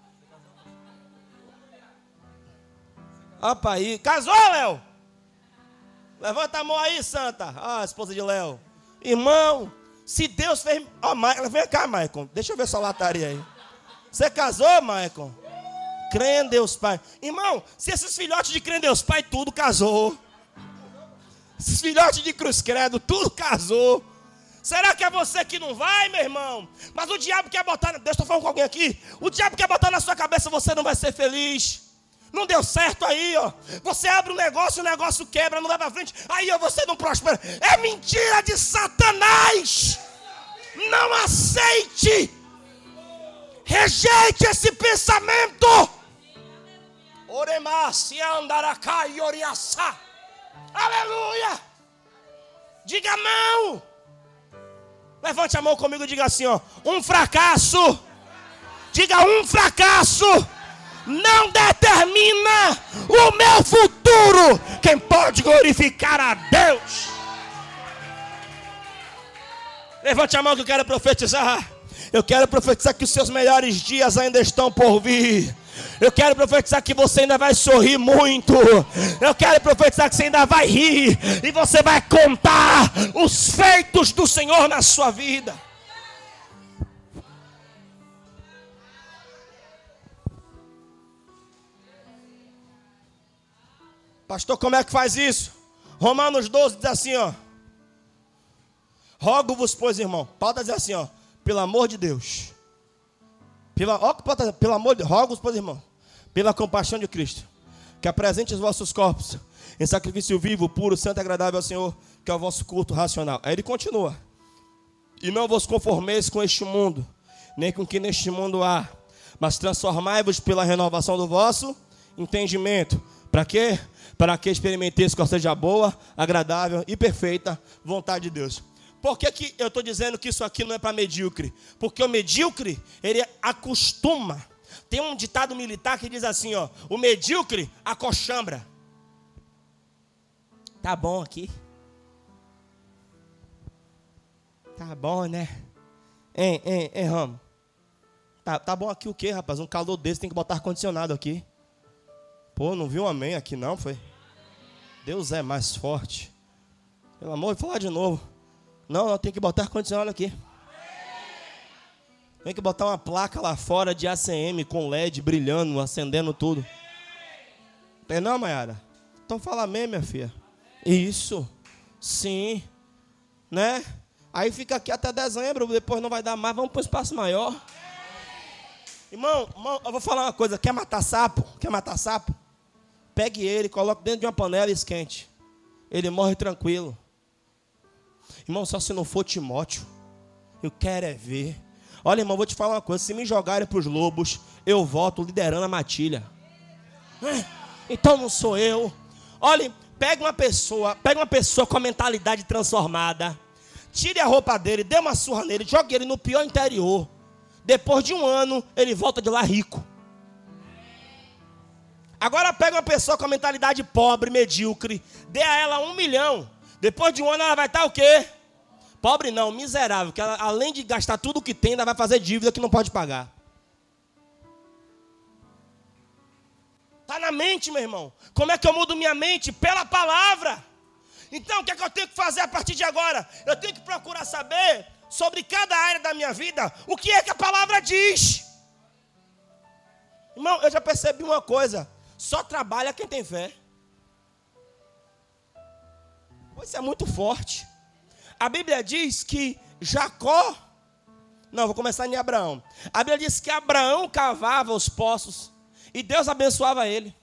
Opa aí. Casou, Léo? Levanta a mão aí, Santa. Ah, a esposa de Léo. Irmão, se Deus fez... Ó, oh, Maicon, vem cá, Maicon. Deixa eu ver sua lataria aí. Você casou, Maicon? Crê em Deus Pai. Irmão, se esses filhotes de crê em Deus Pai, tudo casou. Esses filhotes de cruz credo, tudo casou. Será que é você que não vai, meu irmão? Mas o diabo quer botar... Deus, estou falando com alguém aqui. O diabo quer botar na sua cabeça, você não vai ser feliz. Não deu certo aí, ó. Você abre um negócio, o negócio quebra, não vai pra frente. Aí, ó, você não prospera. É mentira de Satanás. Não aceite. Rejeite esse pensamento. Oremasi andaracai oriaçá. Aleluia. Diga não. Levante a mão comigo e diga assim, ó. Um fracasso. Diga um fracasso. Não determina o meu futuro. Quem pode glorificar a Deus? Levante a mão que eu quero profetizar. Eu quero profetizar que os seus melhores dias ainda estão por vir. Eu quero profetizar que você ainda vai sorrir muito. Eu quero profetizar que você ainda vai rir. E você vai contar os feitos do Senhor na sua vida. Pastor, como é que faz isso? Romanos doze diz assim, ó. Rogo-vos, pois, irmão. Paulo diz assim, ó. Pelo amor de Deus. Pela, ó, pelo amor de Deus. Rogo-vos, pois, irmão. Pela compaixão de Cristo. Que apresente os vossos corpos em sacrifício vivo, puro, santo e agradável ao Senhor, que é o vosso culto racional. Aí ele continua. E não vos conformeis com este mundo, nem com o que neste mundo há, mas transformai-vos pela renovação do vosso entendimento. Para quê? Para que experimenteis qual seja a boa, agradável e perfeita vontade de Deus. Por que, que eu estou dizendo que isso aqui não é para medíocre? Porque o medíocre, ele acostuma. Tem um ditado militar que diz assim, ó. O medíocre acochambra. Tá bom aqui. Tá bom, né? Hein, hein, hein, Ramo? Tá, tá bom aqui o quê, rapaz? Um calor desse tem que botar ar-condicionado aqui. Pô, não viu um amém aqui não, foi? Deus é mais forte. Pelo amor, vou falar de novo. Não, não, tem que botar ar-condicionado aqui. Tem que botar uma placa lá fora de A C M com L E D brilhando, acendendo tudo. Tem não, Maiara? Então fala amém, minha filha. Isso. Sim. Né? Aí fica aqui até dezembro, depois não vai dar mais, vamos para um espaço maior. Irmão, irmão, eu vou falar uma coisa. Quer matar sapo? Quer matar sapo? Pegue ele, coloque dentro de uma panela e esquente. Ele morre tranquilo. Irmão, só se não for Timóteo. Eu quero é ver. Olha, irmão, vou te falar uma coisa. Se me jogarem para os lobos, eu volto liderando a matilha. Então não sou eu. Olha, pega uma pessoa, pega uma pessoa com a mentalidade transformada. Tire a roupa dele, dê uma surra nele, jogue ele no pior interior. Depois de um ano, ele volta de lá rico. Agora pega uma pessoa com a mentalidade pobre, medíocre, dê a ela um milhão. Depois de um ano ela vai estar o quê? Pobre não, miserável, que ela, além de gastar tudo o que tem, ainda vai fazer dívida que não pode pagar. Está na mente, meu irmão. Como é que eu mudo minha mente? Pela palavra. Então, o que é que eu tenho que fazer a partir de agora? Eu tenho que procurar saber sobre cada área da minha vida, o que é que a palavra diz. Irmão, eu já percebi uma coisa. Só trabalha quem tem fé. Isso é muito forte. A Bíblia diz que Jacó... Não, vou começar em Abraão. A Bíblia diz que Abraão cavava os poços e Deus abençoava ele.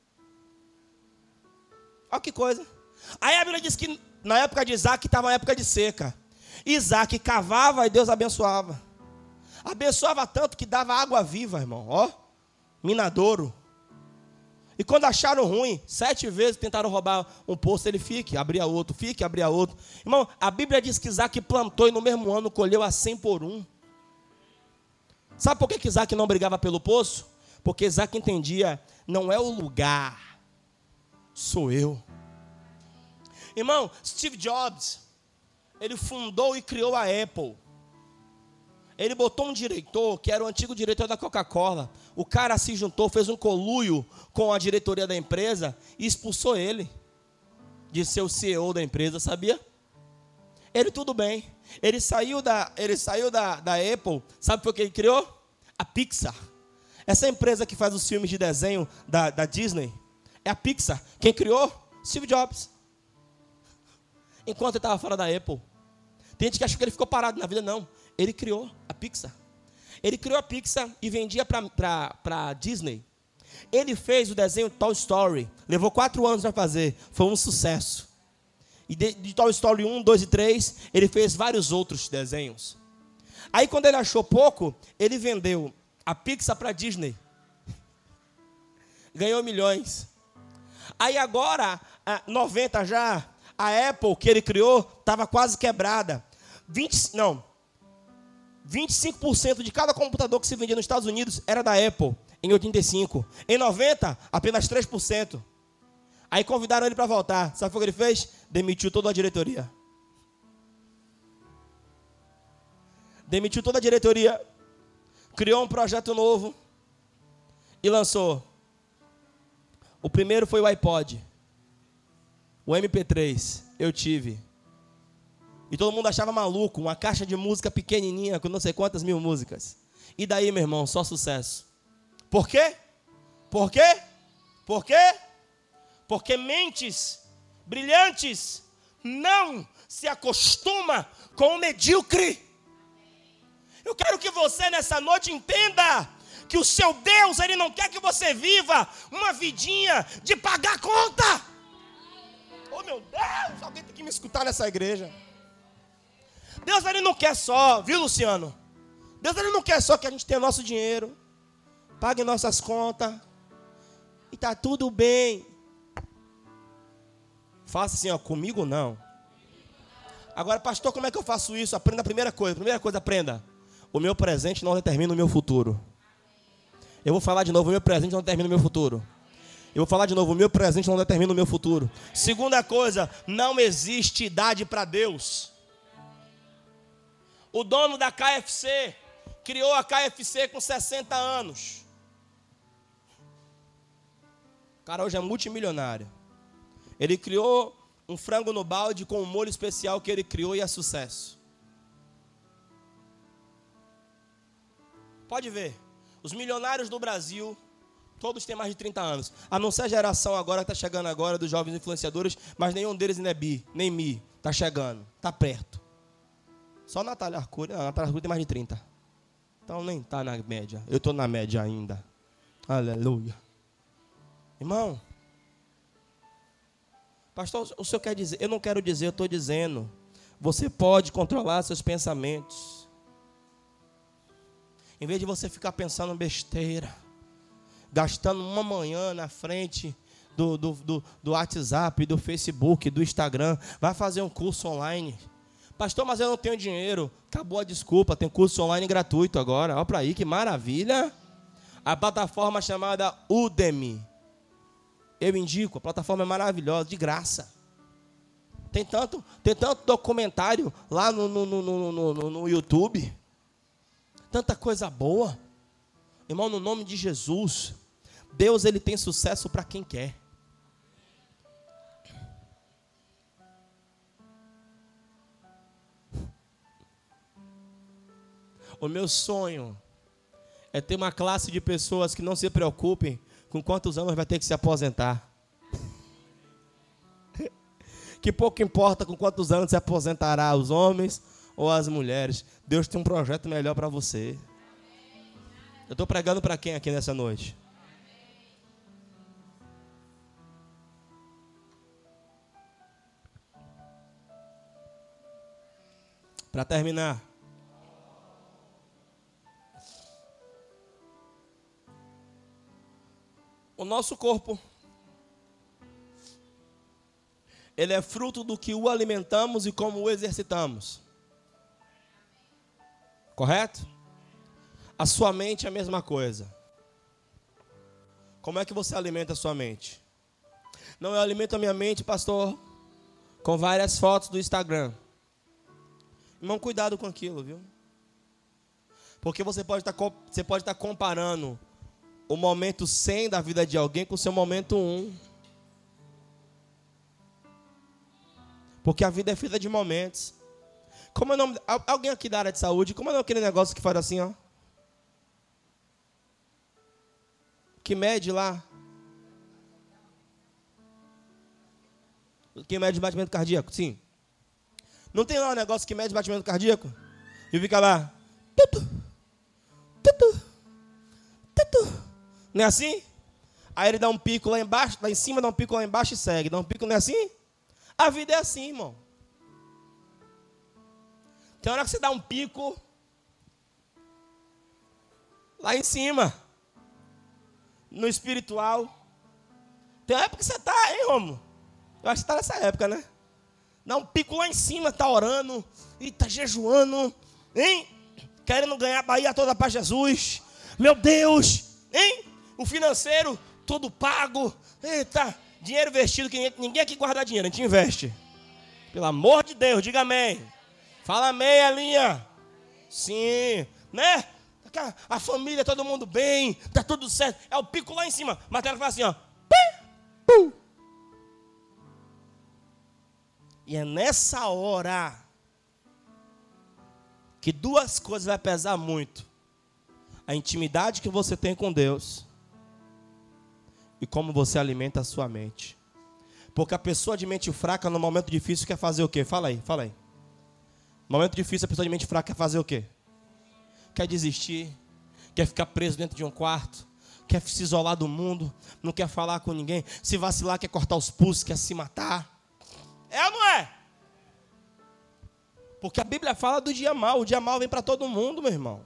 Olha que coisa. Aí a Bíblia diz que na época de Isaac estava uma época de seca. Isaac cavava e Deus abençoava. Abençoava tanto que dava água viva, irmão. Ó, minadouro. E quando acharam ruim, sete vezes tentaram roubar um poço, ele fique, abria outro, fique, abria outro. Irmão, a Bíblia diz que Isaac plantou e no mesmo ano colheu a cem por um. Sabe por que Isaac não brigava pelo poço? Porque Isaac entendia, não é o lugar, sou eu. Irmão, Steve Jobs, ele fundou e criou a Apple. Ele botou um diretor, que era o antigo diretor da Coca-Cola. O cara se juntou, fez um conluio com a diretoria da empresa e expulsou ele de ser o C E O da empresa, sabia? Ele tudo bem. Ele saiu da, ele saiu da, da Apple, sabe por que ele criou? A Pixar. Essa empresa que faz os filmes de desenho da, da Disney, é a Pixar. Quem criou? Steve Jobs. Enquanto ele estava fora da Apple. Tem gente que acha que ele ficou parado na vida, não. Ele criou a Pixar. Ele criou a Pixar e vendia para a Disney. Ele fez o desenho Toy Story. Levou quatro anos para fazer. Foi um sucesso. E de, de Toy Story um, dois e três, ele fez vários outros desenhos. Aí quando ele achou pouco, ele vendeu a Pixar para a Disney. Ganhou milhões. Aí agora, noventa já, a Apple que ele criou estava quase quebrada. vinte, não, vinte e cinco por cento de cada computador que se vendia nos Estados Unidos era da Apple, em oitenta e cinco. Em noventa, apenas três por cento. Aí convidaram ele para voltar. Sabe o que ele fez? Demitiu toda a diretoria. Demitiu toda a diretoria. Criou um projeto novo. E lançou. O primeiro foi o iPod. O M P três. Eu tive. E todo mundo achava maluco, uma caixa de música pequenininha, com não sei quantas mil músicas. E daí, meu irmão, só sucesso. Por quê? Por quê? Por quê? Porque mentes brilhantes não se acostuma com o medíocre. Eu quero que você nessa noite entenda que o seu Deus, Ele não quer que você viva uma vidinha de pagar conta. Oh, meu Deus, alguém tem que me escutar nessa igreja. Deus, Ele não quer só, viu, Luciano? Deus, Ele não quer só que a gente tenha nosso dinheiro, pague nossas contas, e está tudo bem. Faça assim, ó, comigo não. Agora, pastor, como é que eu faço isso? Aprenda a primeira coisa, primeira coisa, aprenda. O meu presente não determina o meu futuro. Eu vou falar de novo, o meu presente não determina o meu futuro. Eu vou falar de novo, o meu presente não determina o meu futuro. Segunda coisa, não existe idade para Deus. O dono da K F C criou a K F C com sessenta anos. O cara hoje é multimilionário. Ele criou um frango no balde com um molho especial que ele criou e é sucesso. Pode ver, os milionários do Brasil, todos têm mais de trinta anos. A não ser a geração agora que está chegando agora dos jovens influenciadores, mas nenhum deles ainda é bi, nem mi, está chegando, está perto. Só a Natália Arcuri, a Natália Arcuri tem mais de trinta. Então nem está na média. Eu estou na média ainda. Aleluia. Irmão, pastor, o senhor quer dizer? Eu não quero dizer, eu estou dizendo. Você pode controlar seus pensamentos. Em vez de você ficar pensando besteira, gastando uma manhã na frente do, do, do, do WhatsApp, do Facebook, do Instagram, vai fazer um curso online. Pastor, mas eu não tenho dinheiro. Acabou a desculpa, tem curso online gratuito agora. Olha para aí, que maravilha. A plataforma chamada Udemy. Eu indico, a plataforma é maravilhosa, de graça. Tem tanto, tem tanto documentário lá no, no, no, no, no, no YouTube. Tanta coisa boa. Irmão, no nome de Jesus, Deus ele tem sucesso para quem quer. O meu sonho é ter uma classe de pessoas que não se preocupem com quantos anos vai ter que se aposentar. Que pouco importa com quantos anos se aposentará, os homens ou as mulheres. Deus tem um projeto melhor para você. Eu estou pregando para quem aqui nessa noite? Para terminar, o nosso corpo, ele é fruto do que o alimentamos e como o exercitamos. Correto? A sua mente é a mesma coisa. Como é que você alimenta a sua mente? Não, eu alimento a minha mente, pastor, com várias fotos do Instagram. Irmão, cuidado com aquilo, viu? Porque você pode estar, você pode estar comparando o momento cem da vida de alguém com o seu momento um. Porque a vida é feita de momentos. Como é o nome? Alguém aqui da área de saúde, como é aquele negócio que faz assim, ó? Que mede lá? Que mede batimento cardíaco? Sim. Não tem lá um negócio que mede batimento cardíaco? E fica lá. Tutu, tutu, tutu. Não é assim? Aí ele dá um pico lá embaixo, lá em cima, dá um pico lá embaixo e segue. Dá um pico, não é assim? A vida é assim, irmão. Tem hora que você dá um pico lá em cima, no espiritual. Tem época que você está, hein, Romulo? Eu acho que está nessa época, né? Dá um pico lá em cima, está orando, e está jejuando, hein? Querendo ganhar a Bahia toda para Jesus. Meu Deus, hein? O financeiro todo pago. Eita, dinheiro investido, que ninguém aqui guarda dinheiro, a gente investe. Pelo amor de Deus, diga amém. Fala amém, Elinha. Sim, né? A família, todo mundo bem, tá tudo certo. É o pico lá em cima. Mas ela fala assim, ó. Pum. E é nessa hora que duas coisas vai pesar muito. A intimidade que você tem com Deus e como você alimenta a sua mente. Porque a pessoa de mente fraca no momento difícil quer fazer o quê? Fala aí, fala aí. No momento difícil a pessoa de mente fraca quer fazer o quê? Quer desistir, quer ficar preso dentro de um quarto, quer se isolar do mundo, não quer falar com ninguém, se vacilar quer cortar os pulsos, quer se matar. É ou não é? Porque a Bíblia fala do dia mau, o dia mau vem para todo mundo, meu irmão.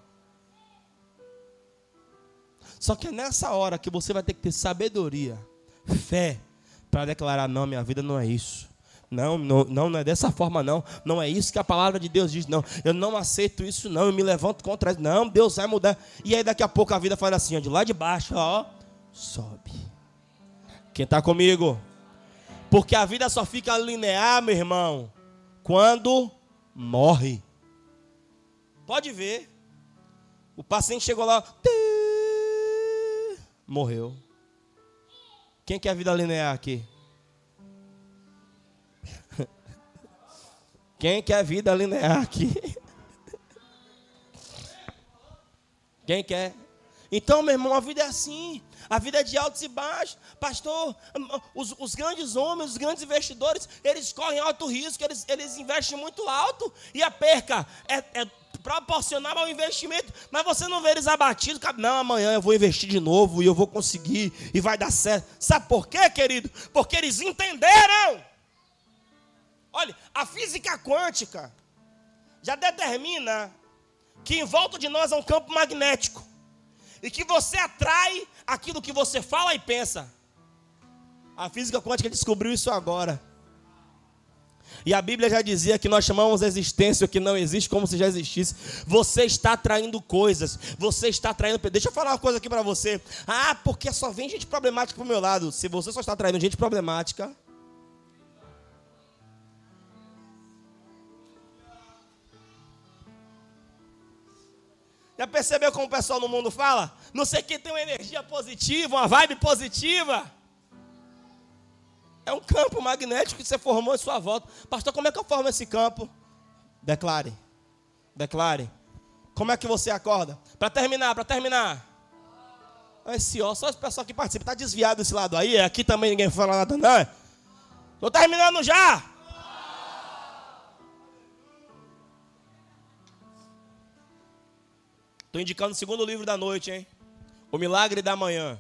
Só que é nessa hora que você vai ter que ter sabedoria, fé, para declarar, não, minha vida não é isso. Não, não, não é dessa forma não. Não é isso que a palavra de Deus diz, não. Eu não aceito isso não, eu me levanto contra isso. Não, Deus vai mudar. E aí daqui a pouco a vida faz assim, ó, de lá de baixo, ó, sobe. Quem está comigo? Porque a vida só fica linear, meu irmão, quando morre. Pode ver. O paciente chegou lá, tê, morreu. Quem quer vida linear aqui? Quem quer vida linear aqui? Quem quer? Então, meu irmão, a vida é assim. A vida é de altos e baixos. Pastor, os, os grandes homens, os grandes investidores, eles correm alto risco, eles, eles investem muito alto. E a perca é, é proporcional ao investimento. Mas você não vê eles abatidos. Não, amanhã eu vou investir de novo e eu vou conseguir e vai dar certo. Sabe por quê, querido? Porque eles entenderam. Olha, a física quântica já determina que em volta de nós há um campo magnético e que você atrai aquilo que você fala e pensa. A física quântica descobriu isso agora. E a Bíblia já dizia que nós chamamos a existência o que não existe como se já existisse. Você está atraindo coisas, você está atraindo... Deixa eu falar uma coisa aqui para você. Ah, porque só vem gente problemática para o meu lado. Se você só está atraindo gente problemática... percebeu como o pessoal no mundo fala? Não sei quem tem uma energia positiva, uma vibe positiva. É um campo magnético que você formou em sua volta. Pastor, como é que eu formo esse campo? Declare. Declare. Como é que você acorda? Para terminar, para terminar. Esse ó, só esse pessoal que participa. Está desviado desse lado aí. Aqui também ninguém fala nada, não. Estou terminando já. Estou indicando o segundo livro da noite, hein? O Milagre da Manhã.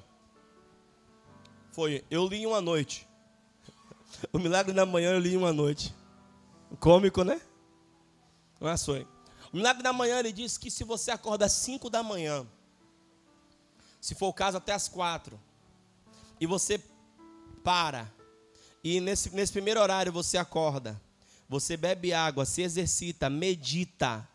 Foi, eu li em uma noite. O Milagre da Manhã eu li em uma noite. Cômico, né? Mas foi. O Milagre da Manhã, ele diz que se você acorda às cinco da manhã, se for o caso até às quatro, e você para, e nesse, nesse primeiro horário você acorda, você bebe água, se exercita, medita,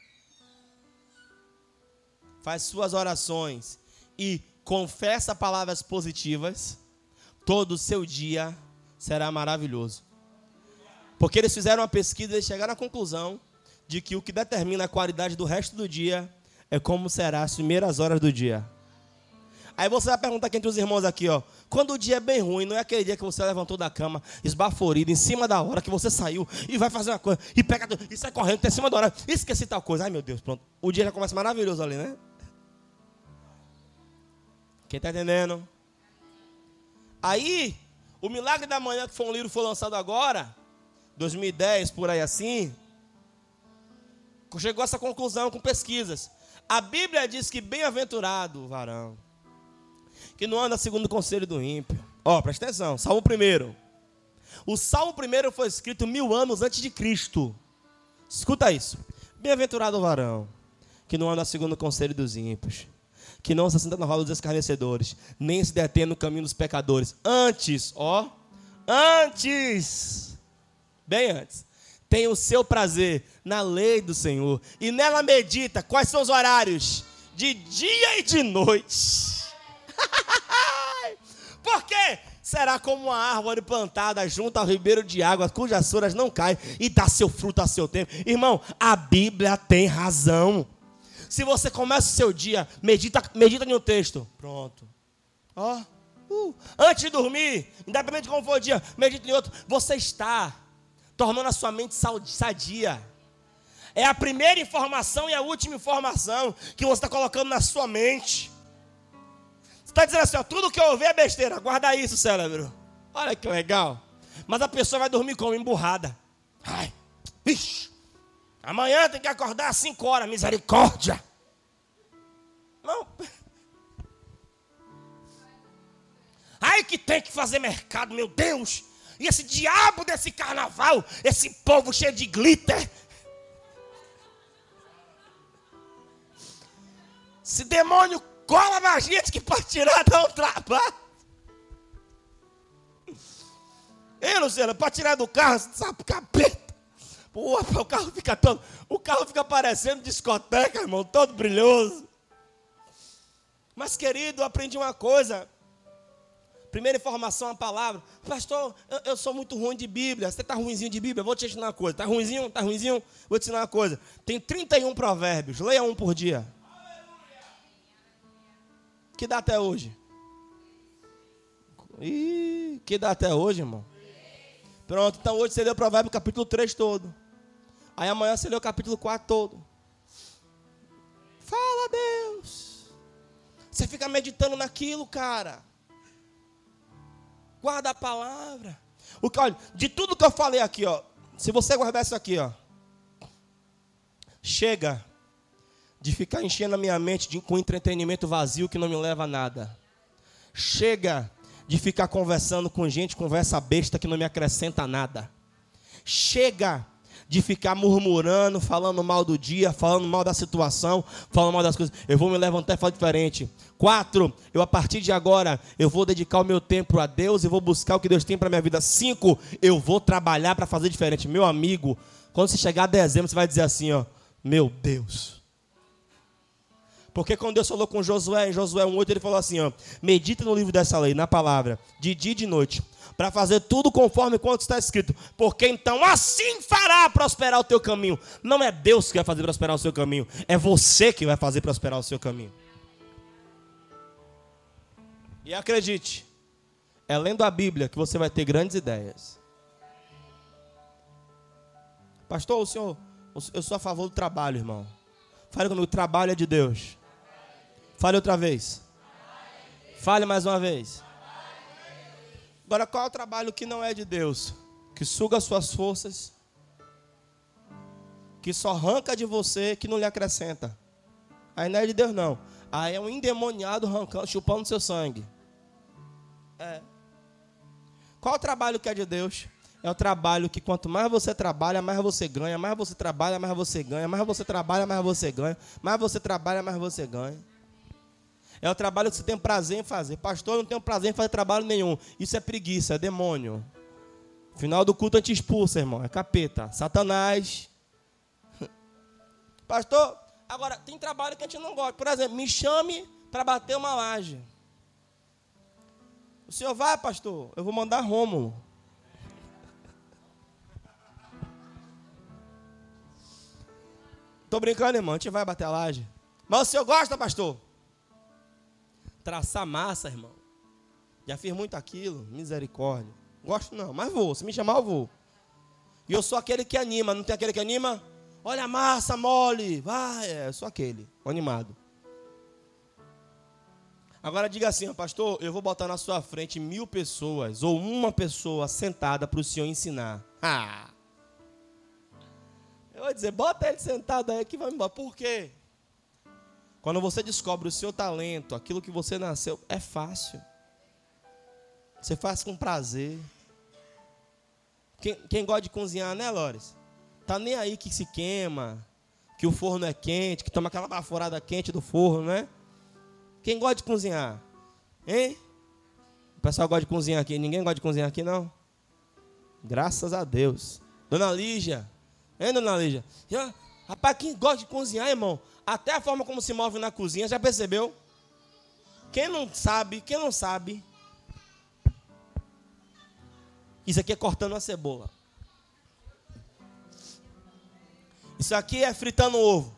faz suas orações e confessa palavras positivas, todo o seu dia será maravilhoso. Porque eles fizeram uma pesquisa e chegaram à conclusão de que o que determina a qualidade do resto do dia é como será as primeiras horas do dia. Aí você vai perguntar aqui entre os irmãos aqui, ó, quando o dia é bem ruim, não é aquele dia que você levantou da cama, esbaforido, em cima da hora que você saiu e vai fazer uma coisa, e pega e sai correndo, tá em cima da hora, esqueci tal coisa, ai meu Deus, pronto. O dia já começa maravilhoso ali, né? Quem está entendendo? Aí, o Milagre da Manhã, que foi um livro que foi lançado agora, dois mil e dez, por aí assim, chegou a essa conclusão com pesquisas. A Bíblia diz que bem-aventurado o varão que não anda segundo o conselho do ímpio. Ó, oh, presta atenção, Salmo primeiro. O Salmo primeiro foi escrito mil anos antes de Cristo. Escuta isso. Bem-aventurado o varão que não anda segundo o conselho dos ímpios, que não se assenta na roda dos escarnecedores, nem se detém no caminho dos pecadores. Antes, ó, antes, bem antes, tem o seu prazer na lei do Senhor, e nela medita. Quais são os horários? De dia e de noite. Por quê? Será como uma árvore plantada junto ao ribeiro de água, cujas folhas não caem, e dá seu fruto a seu tempo. Irmão, a Bíblia tem razão. Se você começa o seu dia, medita, medita em um texto. Pronto. Ó, uh, antes de dormir, independente de como for o dia, medita em outro. Você está tornando a sua mente sadia. É a primeira informação e a última informação que você está colocando na sua mente. Você está dizendo assim, ó, tudo que eu ouvir é besteira. Guarda isso, cérebro. Olha que legal. Mas a pessoa vai dormir como? Emburrada. Ai, ixi. Amanhã tem que acordar às cinco horas, misericórdia. Não. Ai, que tem que fazer mercado, meu Deus. E esse diabo desse carnaval, esse povo cheio de glitter. Esse demônio cola na gente que pode tirar da um trabalho. Ei, Luciana, para tirar do carro, sabe, capeta. Pô, o carro fica todo, o carro fica parecendo discoteca, irmão, todo brilhoso. Mas, querido, eu aprendi uma coisa. Primeira informação, a palavra. Pastor, eu, eu sou muito ruim de Bíblia. Você está ruinzinho de Bíblia? Vou te ensinar uma coisa. Está ruinzinho? Está ruinzinho? Vou te ensinar uma coisa. Tem trinta e um provérbios. Leia um por dia. Que dá até hoje? Ih, que dá até hoje, irmão? Pronto, então hoje você leu o provérbio capítulo três todo. Aí amanhã você leu o capítulo quatro todo. Fala, Deus. Você fica meditando naquilo, cara. Guarda a palavra. O que, olha, de tudo que eu falei aqui, ó, se você guardar isso aqui, ó, chega de ficar enchendo a minha mente de, com entretenimento vazio que não me leva a nada. Chega de ficar conversando com gente, conversa besta que não me acrescenta nada. Chega de ficar murmurando, falando mal do dia, falando mal da situação, falando mal das coisas. Eu vou me levantar e falar diferente. Quatro, eu a partir de agora, eu vou dedicar o meu tempo a Deus e vou buscar o que Deus tem para a minha vida. Cinco, eu vou trabalhar para fazer diferente. Meu amigo, quando você chegar a dezembro, você vai dizer assim, ó, meu Deus. Porque quando Deus falou com Josué, em Josué um oito, ele falou assim, ó, medita no livro dessa lei, na palavra, de dia e de noite, para fazer tudo conforme quanto está escrito, porque então assim fará prosperar o teu caminho. Não é Deus que vai fazer prosperar o seu caminho, é você que vai fazer prosperar o seu caminho. E acredite, é lendo a Bíblia que você vai ter grandes ideias. Pastor, o senhor, eu sou a favor do trabalho, irmão. Fale comigo, o trabalho é de Deus. Fale outra vez. Fale mais uma vez. Agora, qual é o trabalho que não é de Deus? Que suga as suas forças, que só arranca de você, que não lhe acrescenta. Aí não é de Deus, não. Aí é um endemoniado arrancando, chupando seu sangue. É. Qual é o trabalho que é de Deus? É o trabalho que quanto mais você trabalha, mais você ganha. Mais você trabalha, mais você ganha. Mais você trabalha, mais você ganha. Mais você trabalha, mais você ganha. É o trabalho que você tem prazer em fazer. Pastor, eu não tenho prazer em fazer trabalho nenhum. Isso é preguiça, é demônio. Final do culto a gente expulsa, irmão. É capeta, Satanás. Pastor, agora tem trabalho que a gente não gosta. Por exemplo, me chame para bater uma laje. O senhor vai, pastor? Eu vou mandar Rômulo. Tô brincando, irmão. A gente vai bater a laje. Mas o senhor gosta, pastor? Traçar massa, irmão. Já fiz muito aquilo. Misericórdia. Gosto não, mas vou. Se me chamar, eu vou. E eu sou aquele que anima. Não tem aquele que anima? Olha a massa mole. Vai, é, eu sou aquele. Animado. Agora diga assim, pastor, eu vou botar na sua frente mil pessoas ou uma pessoa sentada para o senhor ensinar. Ah! Eu vou dizer, bota ele sentado aí que vai embora. Por quê? Quando você descobre o seu talento, aquilo que você nasceu, é fácil. Você faz com prazer. Quem, quem gosta de cozinhar, né, Lores? Tá nem aí que se queima, que o forno é quente, que toma aquela baforada quente do forno, né? Quem gosta de cozinhar? Hein? O pessoal gosta de cozinhar aqui. Ninguém gosta de cozinhar aqui, não? Graças a Deus. Dona Lígia. Hein, Dona Lígia? Já, rapaz, quem gosta de cozinhar, irmão? Até a forma como se move na cozinha, já percebeu? Quem não sabe, quem não sabe... Isso aqui é cortando a cebola. Isso aqui é fritando ovo.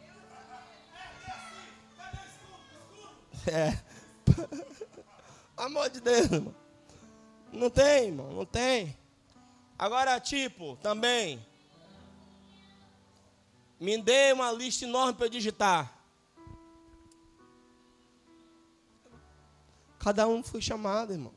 É. Amor de Deus, irmão. Não tem, irmão, não tem. Agora, tipo, também. Me dê uma lista enorme para eu digitar. Cada um foi chamado, irmão.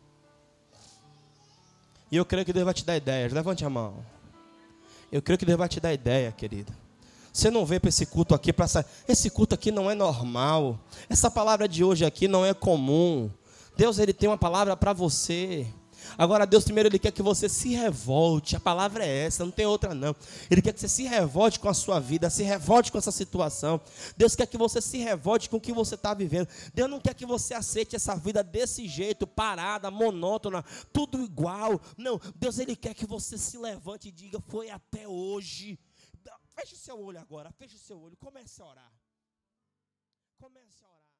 E eu creio que Deus vai te dar ideias. Levante a mão. Eu creio que Deus vai te dar ideia, querido. Você não veio para esse culto aqui para essa... Esse culto aqui não é normal. Essa palavra de hoje aqui não é comum. Deus, ele tem uma palavra para você. Agora, Deus primeiro, ele quer que você se revolte. A palavra é essa, não tem outra não. Ele quer que você se revolte com a sua vida, se revolte com essa situação. Deus quer que você se revolte com o que você está vivendo. Deus não quer que você aceite essa vida desse jeito, parada, monótona, tudo igual. Não, Deus, ele quer que você se levante e diga, foi até hoje. Feche o seu olho agora, feche o seu olho, comece a orar. Comece a orar.